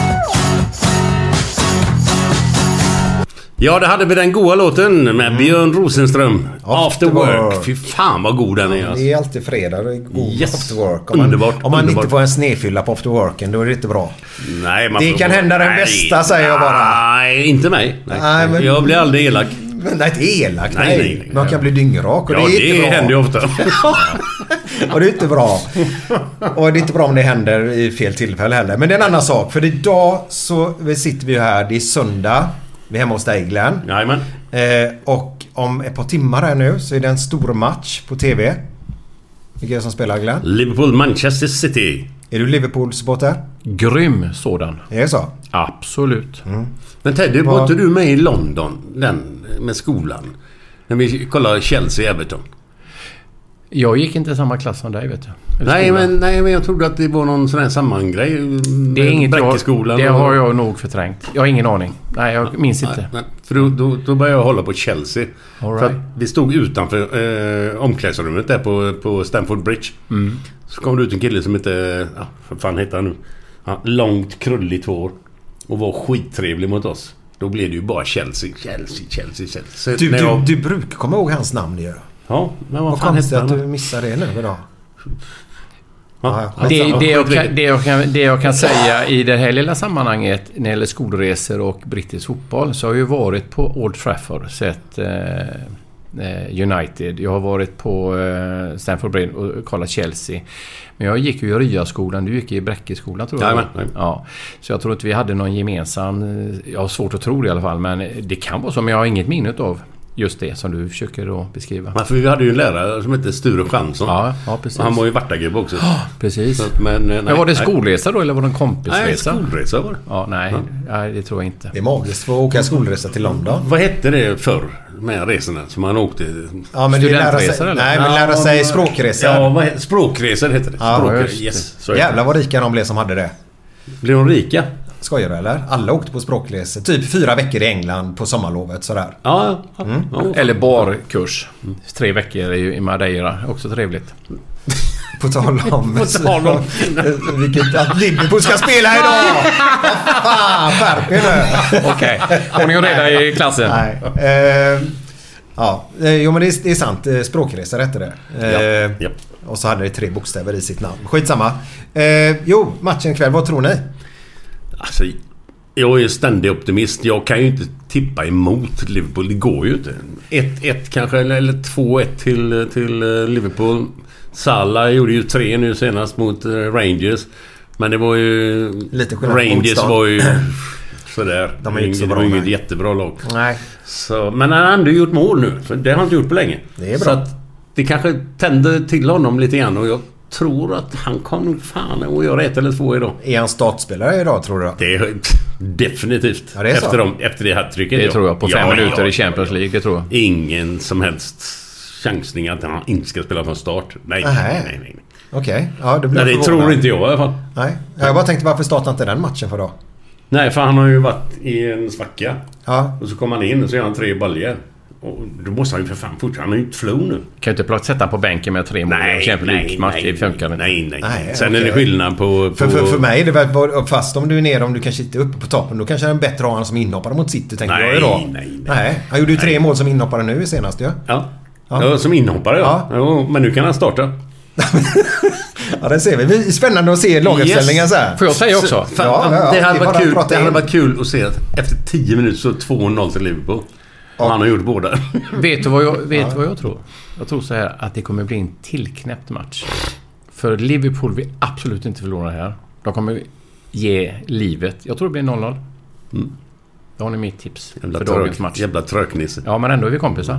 Ja, det hade vi den goda låten med Björn Rosenström. After work. Fy fan vad god den är. Alltså. Det är alltid fredag och det är god after work. Underbart. Om man inte får en snedfylla på after worken, då är det inte bra. Nej, man Det får kan hända den bästa, säger jag bara. Nej, inte mig. Nej. Men- Jag blir aldrig elak. Men det är inte elak, Nej. nej. Man kan bli dyngrak och Ja, det är inte bra. händer ju ofta. Och det är inte bra. Och det är inte bra om det händer i fel tillfälle heller. Men det är en annan sak. För idag så sitter vi ju här. Det är söndag. Vi är hemma hos dig, Glenn. Jajamän. Och om ett par timmar här nu så är det en stor match på TV. Vilka är det som spelar, Glenn? Liverpool-Manchester City. Är du Liverpool-supporter? Grym sådan. Är det så? Absolut. Men Teddy, var inte du med i London, den med skolan? När vi kollade Chelsea-Everton. Jag gick inte i samma klass som dig, vet du. Nej men jag trodde att det var någon sån här sammangrej. Det är inget Bräckeskolan. det har jag nog förträngt. Jag har ingen aning. Nej, jag minns inte. Nej, för då började jag hålla på Chelsea. All right. För att vi stod utanför omklädningsrummet där på Stamford Bridge. Så kom det ut en kille som heter... vad fan heter han nu? Långt krulligt hår. Och var skittrevlig mot oss. Då blev det ju bara Chelsea. Så Du brukar komma ihåg hans namn ju. Ja, men vad Vad fan konstigt hette att han? du missar det nu idag. Det jag kan säga i det här lilla sammanhanget när det gäller skolresor och brittisk fotboll, så har jag ju varit på Old Trafford, sett United. Jag har varit på Stamford Bridge och kollat Chelsea. Men jag gick ju i Ryaskolan, du gick i Bräckeskolan, tror jag. Ja. Så jag tror att vi hade någon gemensam, jag har svårt att tro det i alla fall, men det kan vara som jag har inget minne av. Just det som du försöker då beskriva. Ja, för vi hade ju en lärare som hette Sture Schansson. Ja, precis. Han var ju vartagubbe också. Precis. Så att, men var det skolresa då eller var det en kompisresa? Nej, skolresa var det. Ja, nej, det tror jag inte. Det är magiskt för att åka skolresa till London. Vad hette det förr med resorna som man åkte? Ja, men det är lära sig, eller? nej, men lära sig språkresor. Ja, språkresor hette det. Ja, Yes. Jävlar vad rika de blev som hade det. Blev de rika? Skojar du eller? Alla åkte på språkresor. Typ 4 veckor i England på sommarlovet sådär. Ja. Eller barkurs. 3 veckor i Madeira. Också trevligt. På tal om vilket att Liverpool ska spela idag. Fan, skärp er nu. Okej. Ordning och reda i klassen. Nej. Jo men det är sant. Språkresor hette det. Ja. Och så hade det 3 bokstäver i sitt namn. Skitsamma. Matchen ikväll. Vad tror ni? Alltså, jag är ju ständig optimist. Jag kan ju inte tippa emot Liverpool. Det går ju inte. 1-1 kanske, eller 2-1 till Liverpool. Salah gjorde ju 3 nu senast mot Rangers. Men det var ju... Lite skillnad. Rangers var ju... sådär. De är inte så bra. Det var ju inget jättebra lag. Nej. Så, men han har ändå gjort mål nu. För det har han inte gjort på länge. Det är bra. Så att det kanske tänder till honom lite grann. Och jag tror att han kan nog fan att göra 1 eller 2 idag. Är han startspelare idag, tror du? Det är definitivt. Ja, det är efter det här trycket. Det tror jag. På 5 minuter i Champions League, det tror jag. Ingen som helst chansning att han inte ska spela från start. Nej. Okej. Ja, det blir det tror inte jag i alla fall. Nej. Jag bara tänkte, varför startar inte den matchen för då? Nej, för han har ju varit i en svacka. Ja. Och så kommer han in och så gör han 3 baljor. Och då måste han ju för fan fortsätta. Han är ju inte flow nu. Kan ju inte sätta på bänken med 3 mål. Nej. Det funkar inte. Nej. Sen är det skillnad på... För mig är det väl, fast om du är nere, om du kanske inte är uppe på toppen, då kanske det är bättre att ha honom som inhoppare mot City, tänker jag idag. Nej. Han gjorde ju 3 mål som inhoppare nu senast, ja, som inhoppare, ja. Men nu kan han starta. Ja, det ser vi. Det är spännande att se laguppställningen så här. Får jag säga också? Det hade varit kul att se att efter 10 minuter så 2-0 till Liverpool. Och han har gjort båda. Vet du vad jag tror? Jag tror så här att det kommer bli en tillknäppt match. För Liverpool vill absolut inte förlora här. De kommer ge livet. Jag tror det blir 0-0. Det har ni mitt tips för dagens match. Jävla tröknisse. Ja, men ändå är vi kompisar.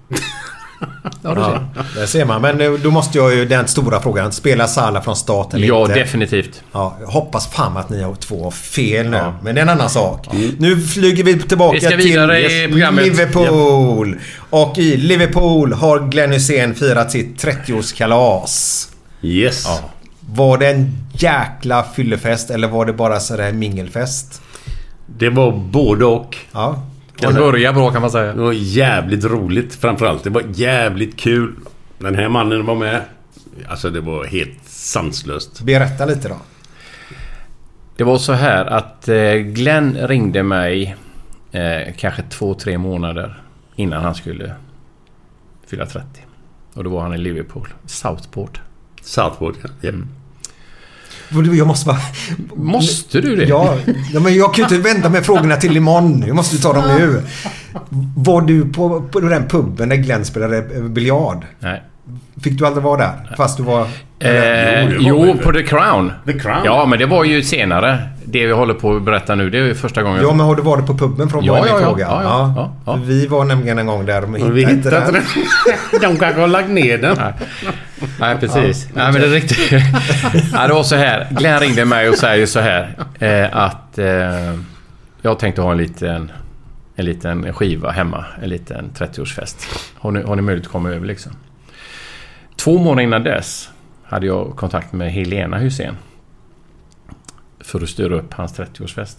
Det ser man. Men då måste jag ju den stora frågan. Spelar Salah från start eller inte? Ja, definitivt. Ja, jag hoppas fan att ni har 2 fel nu. Ja. Men det är en annan sak. Nu flyger vi tillbaka till Liverpool. Och i Liverpool har Glenn Hysén firat sitt 30-årskalas. Yes. Ja. Var det en jäkla fyllefest eller var det bara så där mingelfest? Det var både och. Ja. Det börjar bra, kan man säga. Det var jävligt roligt framförallt. Det var jävligt kul. Den här mannen var med. Alltså det var helt sanslöst. Berätta lite då. Det var så här att Glenn ringde mig kanske 2-3 månader innan han skulle fylla 30. Och då var han i Liverpool. Southport, ja. Jag måste bara... Måste du det? Ja, men jag kan ju inte vänta med frågorna till imorgon. Jag måste ta dem nu. Var du på den puben där Glenn spelade biljard? Nej. Fick du aldrig vara där? Fast du var... Jo, på The Crown. The Crown? Ja, men det var ju senare. Det vi håller på att berätta nu, det är ju första gången. Ja, men har du varit på puben från början? Ja. Vi var nämligen en gång där och vi hittade den. De kanske har lagt ner den. Nej, precis. Nej, men det är riktigt. Ja, det var så här. Glenn ringde mig och säger så här att jag tänkte ha en liten skiva hemma, en liten 30-årsfest. Har ni möjlighet att komma över liksom? 2 månader innan dess hade jag kontakt med Helena Hysén för att styra upp hans 30-årsfest.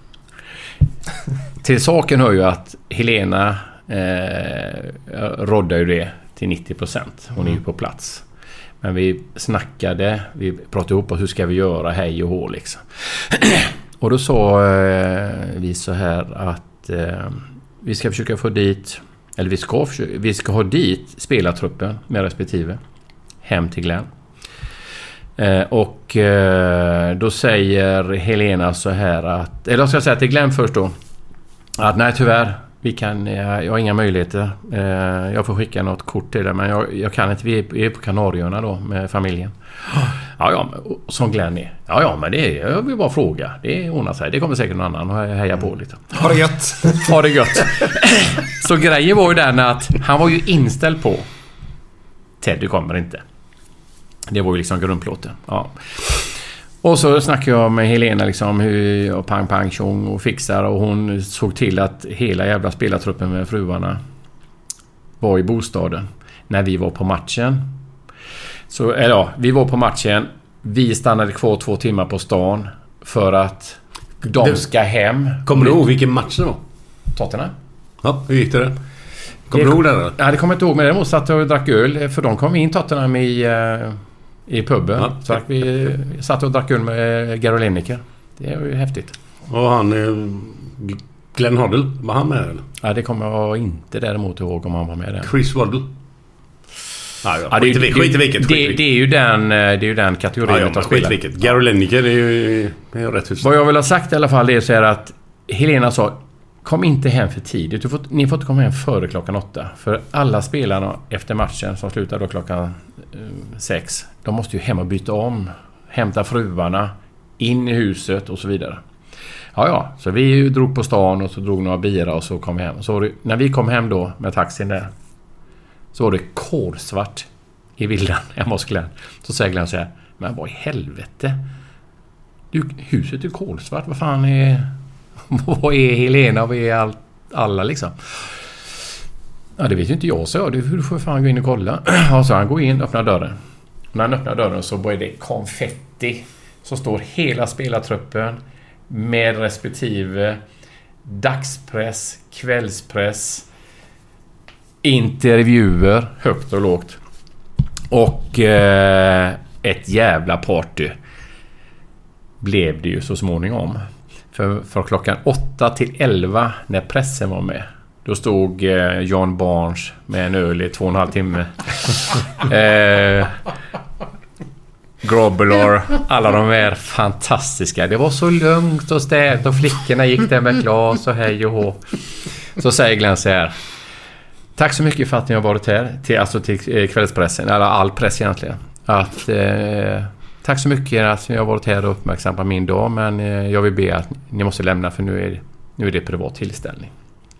Till saken hör ju att Helena roddar ju det till 90%. Hon är ju på plats. Men vi pratade ihop om hur ska vi göra, hej och hå liksom. Och då sa vi så här att vi ska försöka få dit, eller vi ska ha dit spelartruppen med respektive hem till Glenn. Och då säger Helena så här att, eller jag ska säga till Glenn först då, att nej tyvärr, jag har inga möjligheter. Jag får skicka något kort till det, men jag kan inte. Vi är på Kanarieöarna då med familjen. Ja, som Glenn är. Ja, men jag vill bara fråga. Det ordnar sig. Det kommer säkert någon annan och heja på lite. Ha det gött. Ha det gött. Så grejen var ju den att han var ju inställd på Teddy kommer inte. Det var ju liksom grundplåten. Ja. Och så snackade jag med Helena liksom hur jag pang tjong och fixar, och hon såg till att hela jävla spelartruppen med fruarna var i bostaden när vi var på matchen. Så vi var på matchen. Vi stannade kvar 2 timmar på stan för att de ska hem. Kommer du ihåg vilken match det var? Tottenham. Ja, hur gick det? Kommer du ihåg det då? Ja, det kommer jag inte ihåg, men däremot satt jag och drack öl, för de kom in Tottenham i puben. Ja. Så att vi satt och drack öl med Gary Lineker. Det var ju häftigt. Och han Glenn Hoddle, var han med eller? Ja, det kommer jag inte däremot ihåg om han var med där. Chris Waddle. Skit i vilket. Det är ju den kategorin av spelare. Gary Lineker är ju rätt hus. Vad jag vill ha sagt i alla fall är så här att Helena sa, kom inte hem för tidigt. Ni får inte komma hem före klockan 8. För alla spelarna efter matchen som slutar då klockan 6, de måste ju hem och byta om, hämta fruarna, in i huset och så vidare. Ja, så vi drog på stan och så drog några bira och så kom vi hem. Så när vi kom hem då med taxin där, så var det kolsvart i villan hemma hos Glenn. Så säger Glenn så här, men vad i helvete? Huset är kolsvart, vad fan är... Vad är Helena? Vad är alla liksom? Ja, det vet ju inte jag, så du får fan gå in och kolla. Ja, så han går in och öppnar dörren. När han öppnar dörren så är det konfetti. Så står hela spelartruppen med respektive dagspress, kvällspress, intervjuer högt och lågt. Och ett jävla party blev det ju så småningom. För klockan 8 till 11 när pressen var med, då stod John Barnes med en öl i 2,5 timme. Grobbler, alla de är fantastiska. Det var så lugnt och städat och flickorna gick där med glas och hej och hå. Så säger Glenn så här: tack så mycket för att ni har varit här till kvällspressen, eller all press egentligen. Tack så mycket att ni har varit här och uppmärksammat min dag, men jag vill be att ni måste lämna, för nu är det privat tillställning.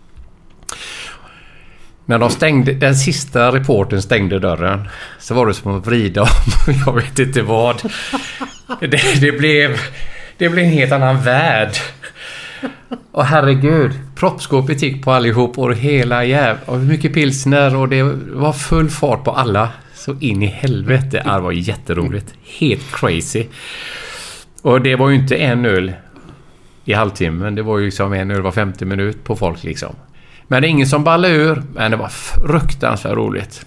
När de stängde, den sista reporten stängde dörren, så var det som att vrida om, jag vet inte vad. Det blev en helt annan värld. Och herregud, proppskåpet gick på allihop och hela och mycket pilsner, och det var full fart på alla. Så in i helvete, det var jätteroligt. Helt crazy. Och det var ju inte en öl i halvtimmen, det var ju liksom en öl var 50 minut på folk liksom. Men det är ingen som ballade ur, men det var fruktansvärt roligt.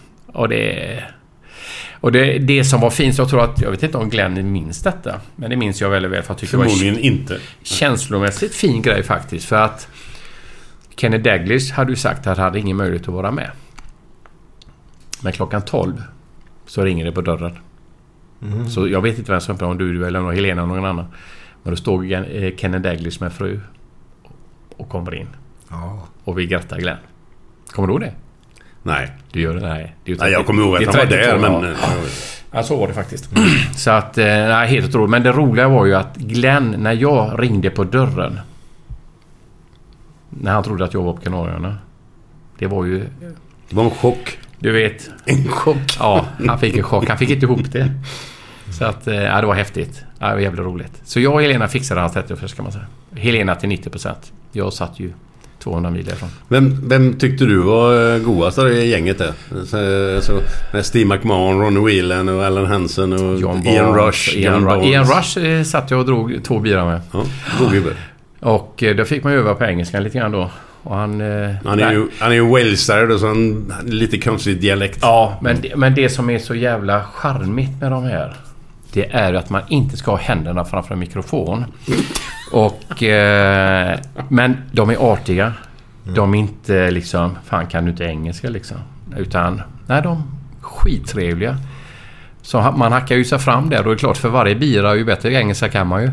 Och det som var fint, jag vet inte om Glenn minns detta, men det minns jag väldigt väl, för jag tycker förmodligen inte. Känslomässigt fin grej faktiskt, för att Kenny Dalglish hade ju sagt att han hade ingen möjlighet att vara med. Men klockan 12 så ringer det på dörren. Så jag vet inte vem som är, om du eller Helena eller någon annan. Men då stod Kenny Dalglish med fru och kommer in. Och vi grattar Glenn. Kommer du ihåg det? Nej. Du gör det? Nej. Nej, jag kommer ihåg att han var där, men... Ja, så var det faktiskt. Så att, nej, helt otroligt. Men det roliga var ju att Glenn, när jag ringde på dörren, när han trodde att jag var på Kanarierna, det var ju... Det var en chock. Du vet. En chock. Ja, han fick en chock. Han fick inte ihop det. Så att, ja, det var häftigt. Ja, det var jävligt roligt. Så jag och Helena fixade hans 30 ska man säga. Helena till 90%. Jag satt ju 200 mil ifrån. Vem tyckte du var godast av det gänget där? Så Steve McMahon, Ronnie Whelan och Alan Hansen och Ian Rush. Ian Rush satt jag och drog 2 bilar med. Ja, godgubbe. Och då fick man ju öva på engelska lite grann då. Och han är ju walesare då, så han lite konstig dialekt. Ja, men det som är så jävla charmigt med de här, det är att man inte ska ha händerna framför en mikrofon. Och men de är artiga. De är inte liksom, fan kan du inte engelska liksom, utan nej, de är skittrevliga. Så man hackar ju sig fram där, och det är klart, för varje bira ju bättre engelska kan man ju.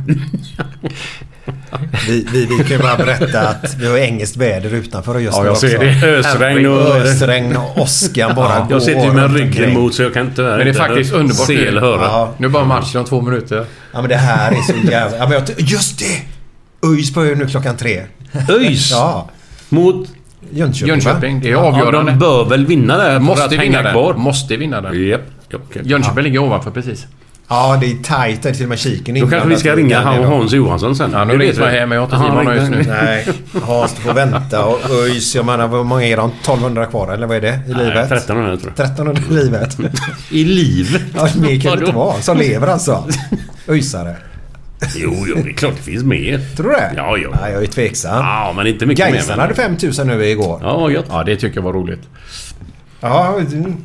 Vi kan ju bara berätta att vi har engelskt väder utanför just nu. Jag ser det. Ösregn och åskan bara går. Jag sitter ju med ryggen mot, så jag kan inte... Men det är faktiskt underbart se eller höra. Ja. Nu bara matchen om 2 minuter. Ja, men det här är så jävla... Ja, men just det! ÖIS börjar nu klockan 3. ÖIS? Ja. Mot... Jönköping. Det är avgörande. De bör väl vinna det. Måste vinna det. Måste vinna det. Yep. Jönköping ligger ovanför precis. Ja, det är tajt där till och med kiken. Då kanske vi ska ringa Hans Johansson sen. Ja, nu vet man hem, men jag har inte Simon just nu. Nej, Hans får vänta. Och ÖIS, jag menar, vad många är de? 1200 kvar, eller vad är det i livet? 1300 tror jag. 1300 i livet. I livet? Ja, mer kan det inte vara. Som lever alltså. ÖISare. Jo, det är klart det finns mer. Tror du det? Ja. Nej, jag är tveksam. Ja, men inte mycket mer. Gaisan hade 5000 nu igår. Ja, det tycker jag var roligt. Ja,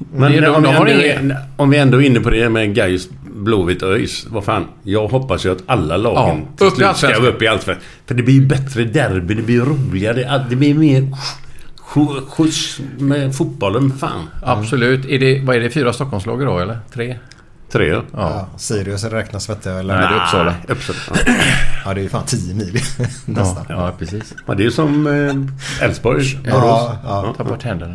men om vi ändå är inne på det med Gais, Blåvitt, ÖIS, vad fan, jag hoppas ju att alla lagen ska upp i Allsvenskan. För det blir ju bättre derby, det blir roligare, det blir mer skjuts med fotbollen, fan. Absolut. Vad är det, 4 Stockholmslag då, eller 3? 3. Ja. Sirius räknas vet jag, eller? Nej, det är Uppsala. Ja, det är ju fan 10 mil nästan. Ja, precis. Ja, det är som Älvsborg. Ja. Ta bort händerna.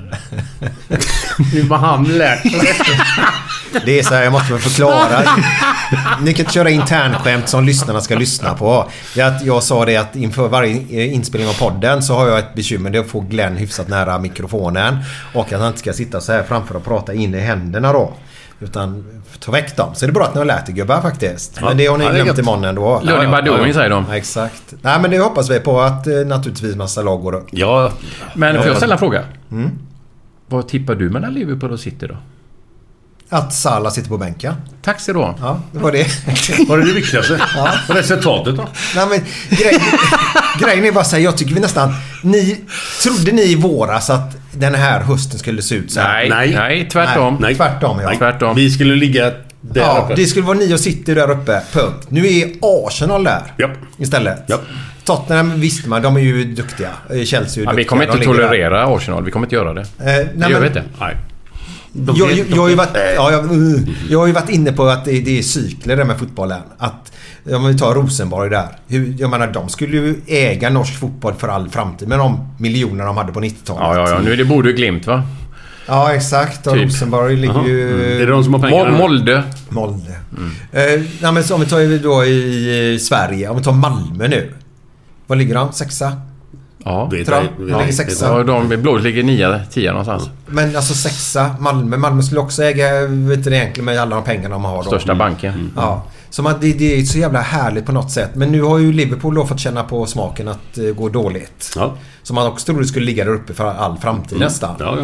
Nu var han lärt. Det är så här, jag måste förklara. Ni kan inte köra internskämt som lyssnarna ska lyssna på. Jag sa det att inför varje inspelning av podden så har jag ett bekymmer. Det är att få Glenn hyfsat nära mikrofonen. Och att han inte ska sitta så här framför och prata in i händerna då. Utan ta väck dem. Så det är bra att ni har lärt er, gubbar, faktiskt. Men det har ni glömt imorgon ändå. Ludvig Badouin säger de. Ja, exakt. Nej, men det hoppas vi på att naturligtvis massa lag går upp. Ja. Men får jag ställa en fråga? Vad tippar du mellan Liverpool och City då? Att Salah sitter på bänken. Tack så då. Ja, det var det. Var det viktigaste? Ja. Resultatet då? Nej, men grejen är bara så här, jag tycker vi nästan... Trodde ni i våras att den här hösten skulle se ut så här. Nej, tvärtom. Nej. Tvärtom, ja. Tvärtom. Vi skulle ligga där uppe. Det skulle vara 9 och City där uppe. Punkt. Nu är Arsenal där. Japp. Istället. Japp. Tottenham visste man, de är ju duktiga. Chelsea är ju duktiga. Vi kommer inte tolerera Arsenal. Vi kommer inte göra det. Nej, gör vi inte. Nej. Jag har ju varit inne på att det är cykler där med fotbollen. Att om vi tar Rosenborg där. Jag menar, de skulle ju äga norsk fotboll för all framtid med de miljoner de hade på 90-talet. Ja. Nu är det Bodø Glimt, va? Ja, exakt. Och Typ. Rosenborg ligger ju... Det är de som har pengarna. Molde. Nej, men så om vi tar då i Sverige. Om vi tar Malmö nu. Vad ligger de? 6:a? Ja. Det ligger 6:a. Ja, de blå ligger 9-10 någonstans. Men alltså 6:a, Malmö skulle också äga, vet du egentligen, med alla de pengarna de har. Största banken. Ja. Så det är så jävla härligt på något sätt. Men nu har ju Liverpool då fått känna på smaken att det går dåligt. Ja. Så man också trodde det skulle ligga där uppe för all framtid nästan. Ja.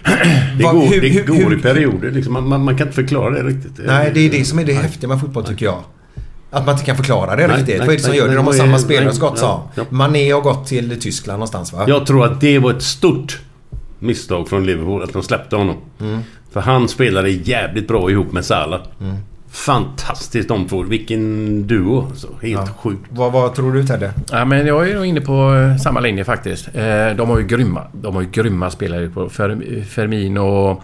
Det går i perioder. Liksom. Man kan inte förklara det riktigt. Nej, det är det som är det häftiga med fotboll, tycker jag. Att man inte kan förklara det riktigt. Vad är det som gör det? De har samma spelare som gått så. Mané har gått till Tyskland någonstans, va? Jag tror att det var ett stort misstag från Liverpool att de släppte honom. För han spelade jävligt bra ihop med Salah. Fantastiskt de två. Vilken duo. Så, helt sjukt. Vad tror du, Tedde? Ja, men jag är nog inne på samma linje faktiskt. De har ju grymma spelare på Firmino och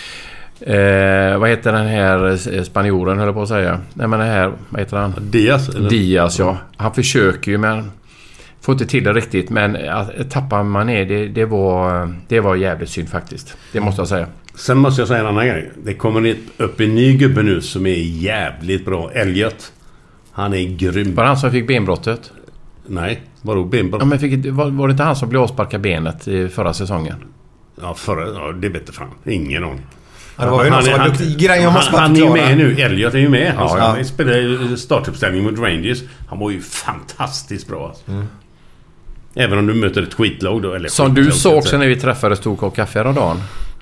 vad heter den här spanjoren, höll jag på att säga. Nej, men det här, vad heter han? Diaz, ja. Han försöker ju, men får inte till det riktigt. Men att tappa Mané, det var jävligt synd faktiskt. Det måste jag säga. Sen måste jag säga en annan grej. Det kommer upp en ny gubbe nu som är jävligt bra. Elliot. Han är grym. Var det han som fick benbrottet? Nej, vadå benbrott? Ja, men var det inte han som blev avsparkad benet i förra säsongen? Ja, det vet jag fan. Ingen aning. Ja, det var ju någon som var duktig. Han är ju med nu. Elliot är ju med. Han spelade startuppställning mot Rangers. Han var ju fantastiskt bra. Alltså. Även om du möter ett skitlag då. Eller som du såg också när vi träffades, tog och kaffe häromdagen.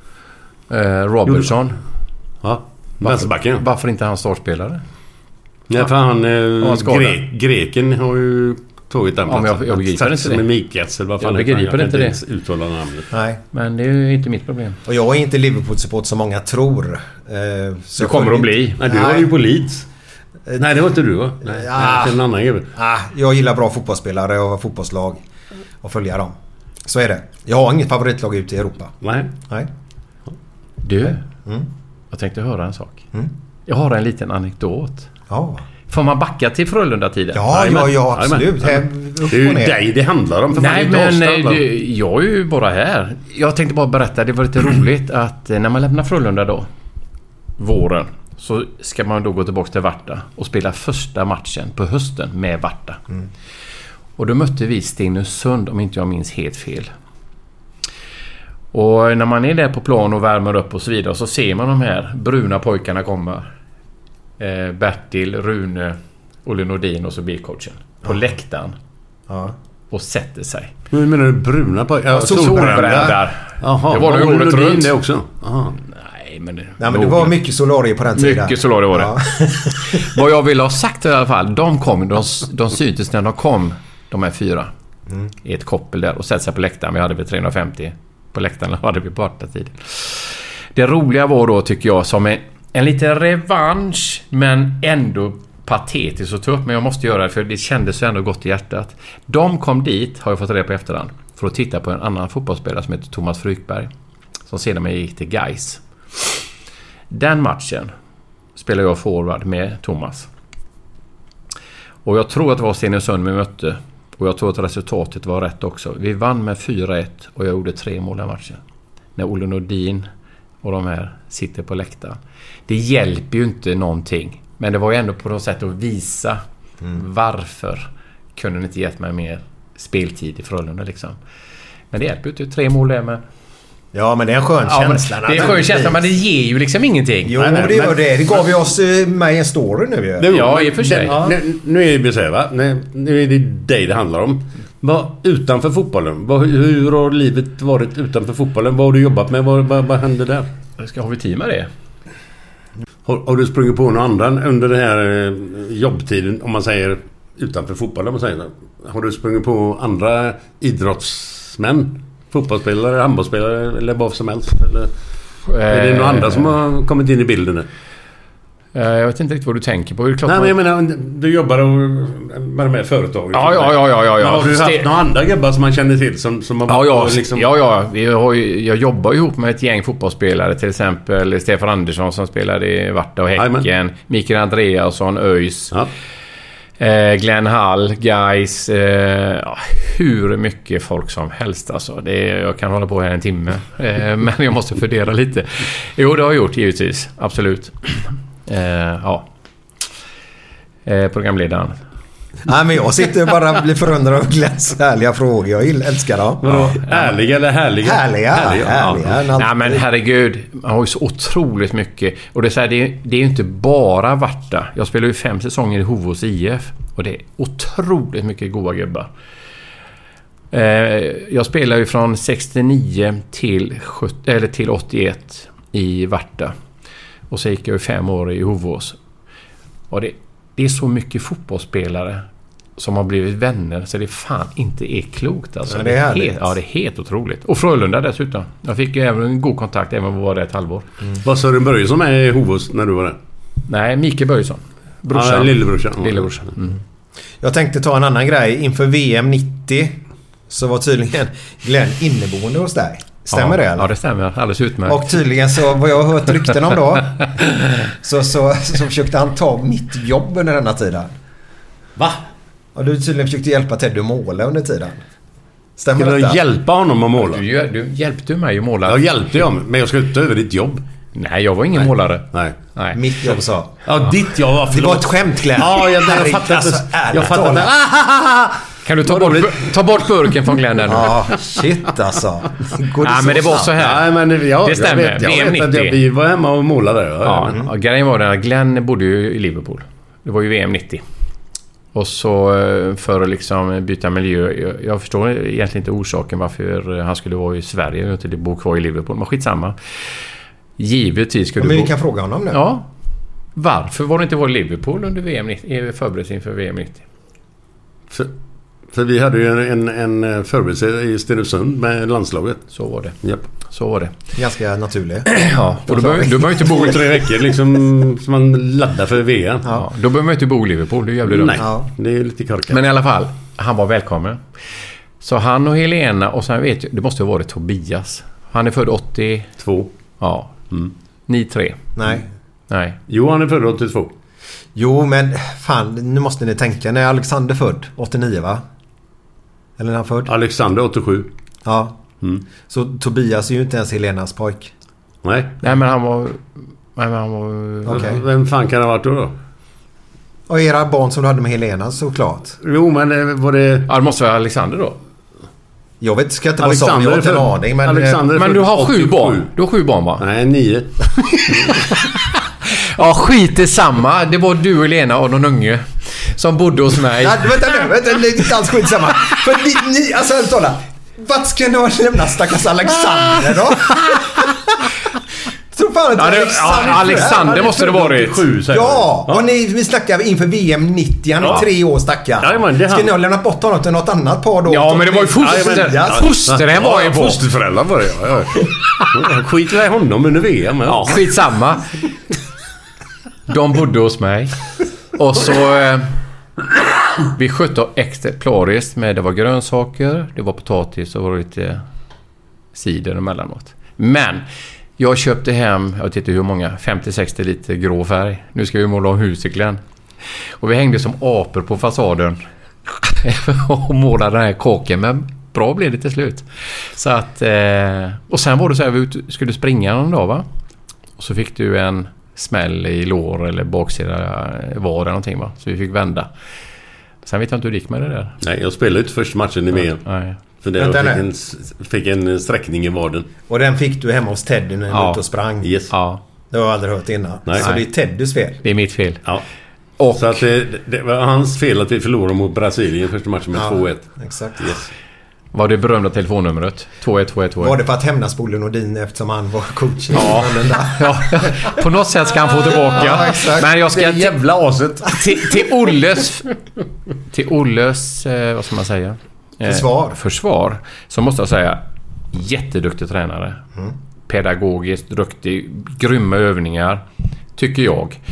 Robertson. Ja, vänsterbacken. Varför inte han startspelare? Nej, för han greken har ju tagit den platsen. Jag begriper inte det. Med Mikats, eller vad fan jag begriper inte det. Uttala namnet. Nej. Men det är ju inte mitt problem. Och jag är inte Liverpool-support som många tror. Så det kommer att bli. Nej, du var ju på Leeds. Nej, det var inte du, va? Nej, en annan gubbe. Jag gillar bra fotbollsspelare och fotbollslag. Och följa dem. Så är det. Jag har inget favoritlag ute i Europa. Nej. Du, jag tänkte höra en sak. Jag har en liten anekdot. Ja. Får man backa till Frölunda-tiden? Ja, absolut. Det är ju dig det handlar om. Nej, men jag är ju bara här. Jag tänkte bara berätta, det var lite roligt att när man lämnar Frölunda då, våren, så ska man då gå tillbaka till Varta och spela första matchen på hösten med Varta. Och då mötte vi Stenungsund, om inte jag minns helt fel. Och när man är där på plan och värmer upp och så vidare, så ser man de här bruna pojkarna komma. Bertil, Rune, Olle Nordin och så bilcoachen på läktaren. Och sätter sig. Hur menar du bruna pojkar? Solbrändar. Jaha, det var det året runt det också. Aha. Nej, men det var mycket solarier på den tiden. Mycket solarier var det. Vad jag vill ha sagt i alla fall, de syntes när de kom, de här 4 i ett koppel där och sätter sig på läktaren. Vi hade väl 350 på läktaren, hade vi på tid. Det roliga var då, tycker jag, som en liten revansch, men ändå patetiskt att ta upp, men jag måste göra det för det kändes ändå gott i hjärtat. De kom dit, har jag fått reda på efterhand, för att titta på en annan fotbollsspelare som heter Thomas Frykberg, som sedan gick till Gais. Den matchen spelade jag forward med Thomas. Och jag tror att det var Stenungsund vi mötte, och jag tror att resultatet var rätt också. Vi vann med 4-1 och jag gjorde 3 mål den matchen. När Olle Nordin och de här sitter på läktaren. Det hjälper ju inte någonting. Men det var ju ändå på något sätt att visa varför kunde ni inte gett mig mer speltid i Frölunda liksom. Men det hjälper ju inte. 3 mål där med. Ja, men det är en skön känsla. Det är en skön känsla, men det ger ju liksom ingenting. Jo, det gör det. Det gav vi oss med en story nu ju. Ja, i och för sig. Nu är det så här, va? Nu är det dig det handlar om. Utanför fotbollen. Hur har livet varit utanför fotbollen? Vad har du jobbat med? Vad hände där? Har vi tid med det? Har du sprungit på någon annan under den här jobbtiden, om man säger utanför fotbollen? Har du sprungit på andra idrottsmän? Fotbollsspelare, handbollsspelare eller vad som helst? Eller är det några andra som har kommit in i bilden nu? Jag vet inte riktigt vad du tänker på. Nej, men jag menar, du jobbar med de här företagen. Ja. Har du haft några andra gubbar som man känner till som har varit liksom... Jag jobbar ihop med ett gäng fotbollsspelare. Till exempel Stefan Andersson som spelade i Varta och Häcken. Mikael Andreasson, ÖIS. Ja. Glenn Hall, Guys, hur mycket folk som helst alltså. Jag kan hålla på här en timme. Men jag måste fördela lite. Jo, det har jag gjort givetvis. Absolut. Programledaren. Nej, men jag sitter bara och blir förundrad av Glenns härliga frågor. Jag älskar dem. Ärliga eller härliga? Härliga. Nej, men herregud, man har ju så otroligt mycket. Och det är så här, det är ju inte bara Varta. Jag spelar ju 5 säsonger i Hovås IF. Och det är otroligt mycket goda gubbar. Jag spelar ju från 69 till 81 i Varta. Och så gick jag ju 5 år i Hovås. Och det är så mycket fotbollsspelare som har blivit vänner så det fan inte är klokt alltså. Ja, det är det är helt otroligt. Och Frölunda dessutom. Jag fick ju även en god kontakt även om jag var där ett halvår. Var Sören Börjesson med i Hovås när du var där? Nej, Mikael Börjesson. Brorsan. Lillebrorsan. Jag tänkte ta en annan grej. Inför VM 90 så var tydligen Glenn inneboende hos dig. Stämmer det? Eller? Ja, det stämmer. Alldeles utmärkt. Och tydligen så, vad jag har hört rykten om då, så försökte han ta mitt jobb under denna tiden. Va? Och du tydligen försökte hjälpa Teddy att måla under tiden. Stämmer det? Ska du hjälpa honom att måla? Du hjälpte mig att måla. Jag hjälpte honom, men jag skulle inte över ditt jobb. Nej, jag var ingen målare. Nej. Mitt jobb sa. Ja, ditt jobb. Det var ett skämt, Glenn. Ja, jag fattar inte. Jag fattar inte. Kan du ta bort burken från Glenn där nu? Ja, shit alltså. Ja, men det var så här. Nej, men det stämmer. Jag vet att vi var hemma och målade. Ja, grejen var den att Glenn bodde ju i Liverpool. Det var ju VM 90. Och så för att liksom byta miljö. Jag förstår egentligen inte orsaken varför han skulle vara i Sverige och inte bo kvar i Liverpool. Men skitsamma. Givetvis skulle men vi kan fråga honom nu. Ja. Varför var det inte var i Liverpool under VM 90? Förberedelse inför VM 90? För vi hade ju en förberedelse i Stenungsund med landslaget. Så var det. Japp. Så var det. Ganska naturligt. Ja, och du behöver inte bo i 3 veckor liksom som man laddar för VM. Ja, då behöver man inte bo i Liverpool. Det är jävligt dumt. Nej, det är lite korkat. Men i alla fall, han var välkommen. Så han och Helena, och sen vet jag, det måste ha varit Tobias. Han är född 82. Ja. Ni 3. Nej. Jo, han är född 82. Jo, men fan, nu måste ni tänka. När är Alexander född? 89, va? Eller när han född? Alexander 87. Ja. Så Tobias är ju inte ens Helenas pojk. Nej, men han var... Okay. Vem fan kan det ha varit då? Och era barn som du hade med Helena, såklart. Jo, men var det... Ja, det måste vara Alexander då. Jag vet, ska inte vara så. Jag har inte en aning. Men du har 7 barn. Du har 7 barn, va? Nej, 9. Ja, skit är samma. Det var du och Lena och någon unge som bodde hos mig. Nej, vänta, det är inte alls skit samma. För ni alltså, tala. Vad ska ni lämna stackars Alexander då? Så fan inte Alexander måste det varit. 87, ja, och vi snackar inför VM 90. Han är 3 år stackar. Ska ni ha lämnat bort honom till något annat par då? Ja, men det var ju foster var ju på. Fosterföräldrar var det, ja. Skit i honom under VM. Ja, skitsamma. De bodde hos mig. Och så vi skötte exemplariskt med, det var grönsaker, det var potatis och lite cider emellanåt. Men jag köpte hem, jag vet inte hur många, 50-60 liter grå färg. Nu ska vi måla om huset, Glenn. Och vi hängde som apor på fasaden och målade den här kåken. Men bra blev det till slut. Så att, och sen var det så här, vi skulle springa någon dag, va? Och så fick du en smäll i lår eller baksida var det någonting, va? Så vi fick vända. Sen vet jag inte hur det gick med det där. Nej, jag spelade inte första matchen i VM. Nej. För det fick en sträckning i vaden. Och den fick du hemma hos Teddy när du var ute och sprang. Yes. Ja. Det har jag aldrig hört innan. Nej. Så det är Teddys fel. Det är mitt fel. Ja. Och så att det var hans fel att vi förlorade mot Brasilien första matchen med 2-1. Exakt. Yes. Var det berömda telefonnumret? 2-1. Var det för att hämnas på Nordin eftersom han var coach? Ja. Ja. På något sätt ska han få tillbaka. Ja, exakt. Men jag ska det jävla aset. Till Olles vad ska man säga? Försvar. Försvar. Så måste jag säga, Jätteduktig tränare. Pedagogiskt duktig. Grymma övningar. Tycker jag.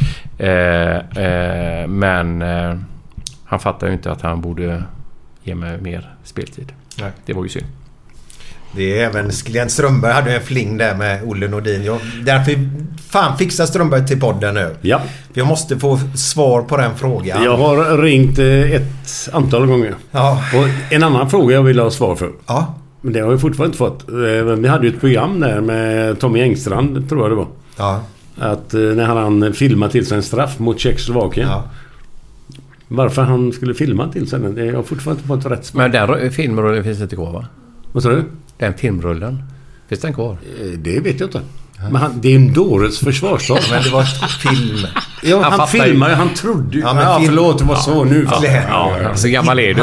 Men han fattar ju inte att han borde ge mig mer speltid. Nej. Det var ju synd. Det är även Glenn Strömberg hade en fling där med Olle Nordin. Därför fan fixar Strömberg till podden nu. Ja. Jag måste få svar på den frågan. Jag har ringt ett antal gånger. Ja. Och en annan fråga jag vill ha svar för. Ja. Men det har jag fortfarande inte fått. Vi hade ju ett program där med Tommy Engstrand, tror jag det var. Ja. Att när han filmade till sig en straff mot Tjeckoslovakien. Ja. Varför han skulle filma till sig den, jag har fortfarande inte fått rätt svar. Men den filmrullen finns inte kvar, va? Vad sa du? Den filmrullen. Finns den kvar? Det vet jag inte. Men det är ju en dåres försvarsstab. Men det var ett film. Ja, han filmade, han trodde ju. Ja, förlåt, det var så nu. Ja, så gammal är du.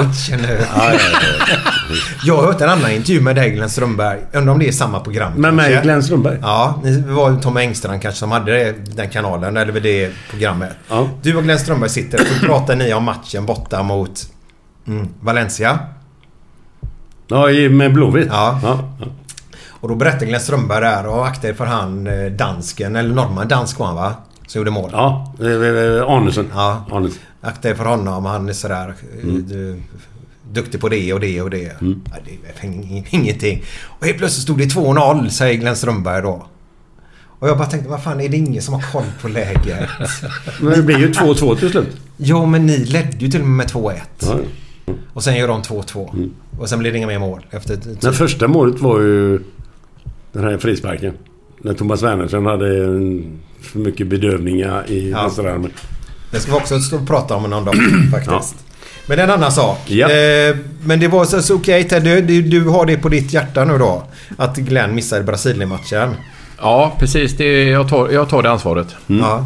Jag har hört en annan intervju med dig, Glenn Strömberg. Undrar om det är samma program. Med mig, Glenn Strömberg? Ja, det var Tom Engstrand kanske som hade den kanalen, eller det programmet. Ja. Du och Glenn Strömberg sitter och pratar ni om matchen borta mot Valencia. Ja, med Blåvitt. Ja. Och då berättade Glenn Strömberg där och aktade för han dansken, eller norrman, dansk var han, va? Som gjorde mål. Ja, Arnesen. Ja, aktade för honom, han är sådär duktig på det och det och det. Ja, det är ingenting. Och helt plötsligt stod det 2-0, säger Glenn Strömberg då. Och jag bara tänkte, vad fan, är det ingen som har koll på läget? Men det blir ju 2-2 till slut. Jo, men ni ledde ju till och med 2-1. Ja. Och sen gör de 2-2. Och sen blir det inga mer mål. Det första målet var ju den här frisparken. När Thomas Wernersson hade för mycket bedövningar i vänsterarmen. Det ska vi också stå och prata om någon dag faktiskt. Ja. Men en annan sak. Ja. Men det var så okej, Ted, du har det på ditt hjärta nu då. Att Glenn missade Brasilien-matchen. Ja, precis. Jag tar det ansvaret. Ja.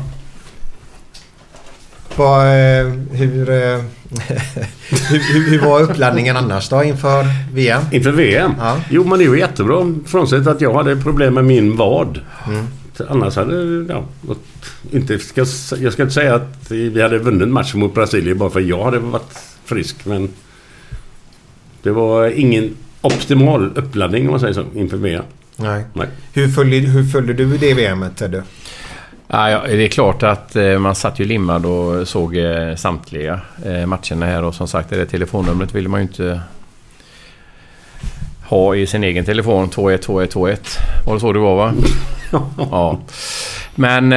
Hur var uppladdningen annars då inför VM? Inför VM? Ja. Jo, men det var jättebra. Frånsett att jag hade problem med min vad. Annars hade jag ska inte säga att vi hade vunnit matchen mot Brasilien bara för jag hade varit frisk, men det var ingen optimal uppladdning om man säger så inför VM. Nej. Hur följde du det VMet, Ted? Ja, det är klart att man satt ju limmad och såg samtliga matcherna här, och som sagt, det telefonnumret ville man ju inte ha i sin egen telefon. 212121. Var det så det var, va? Ja. Men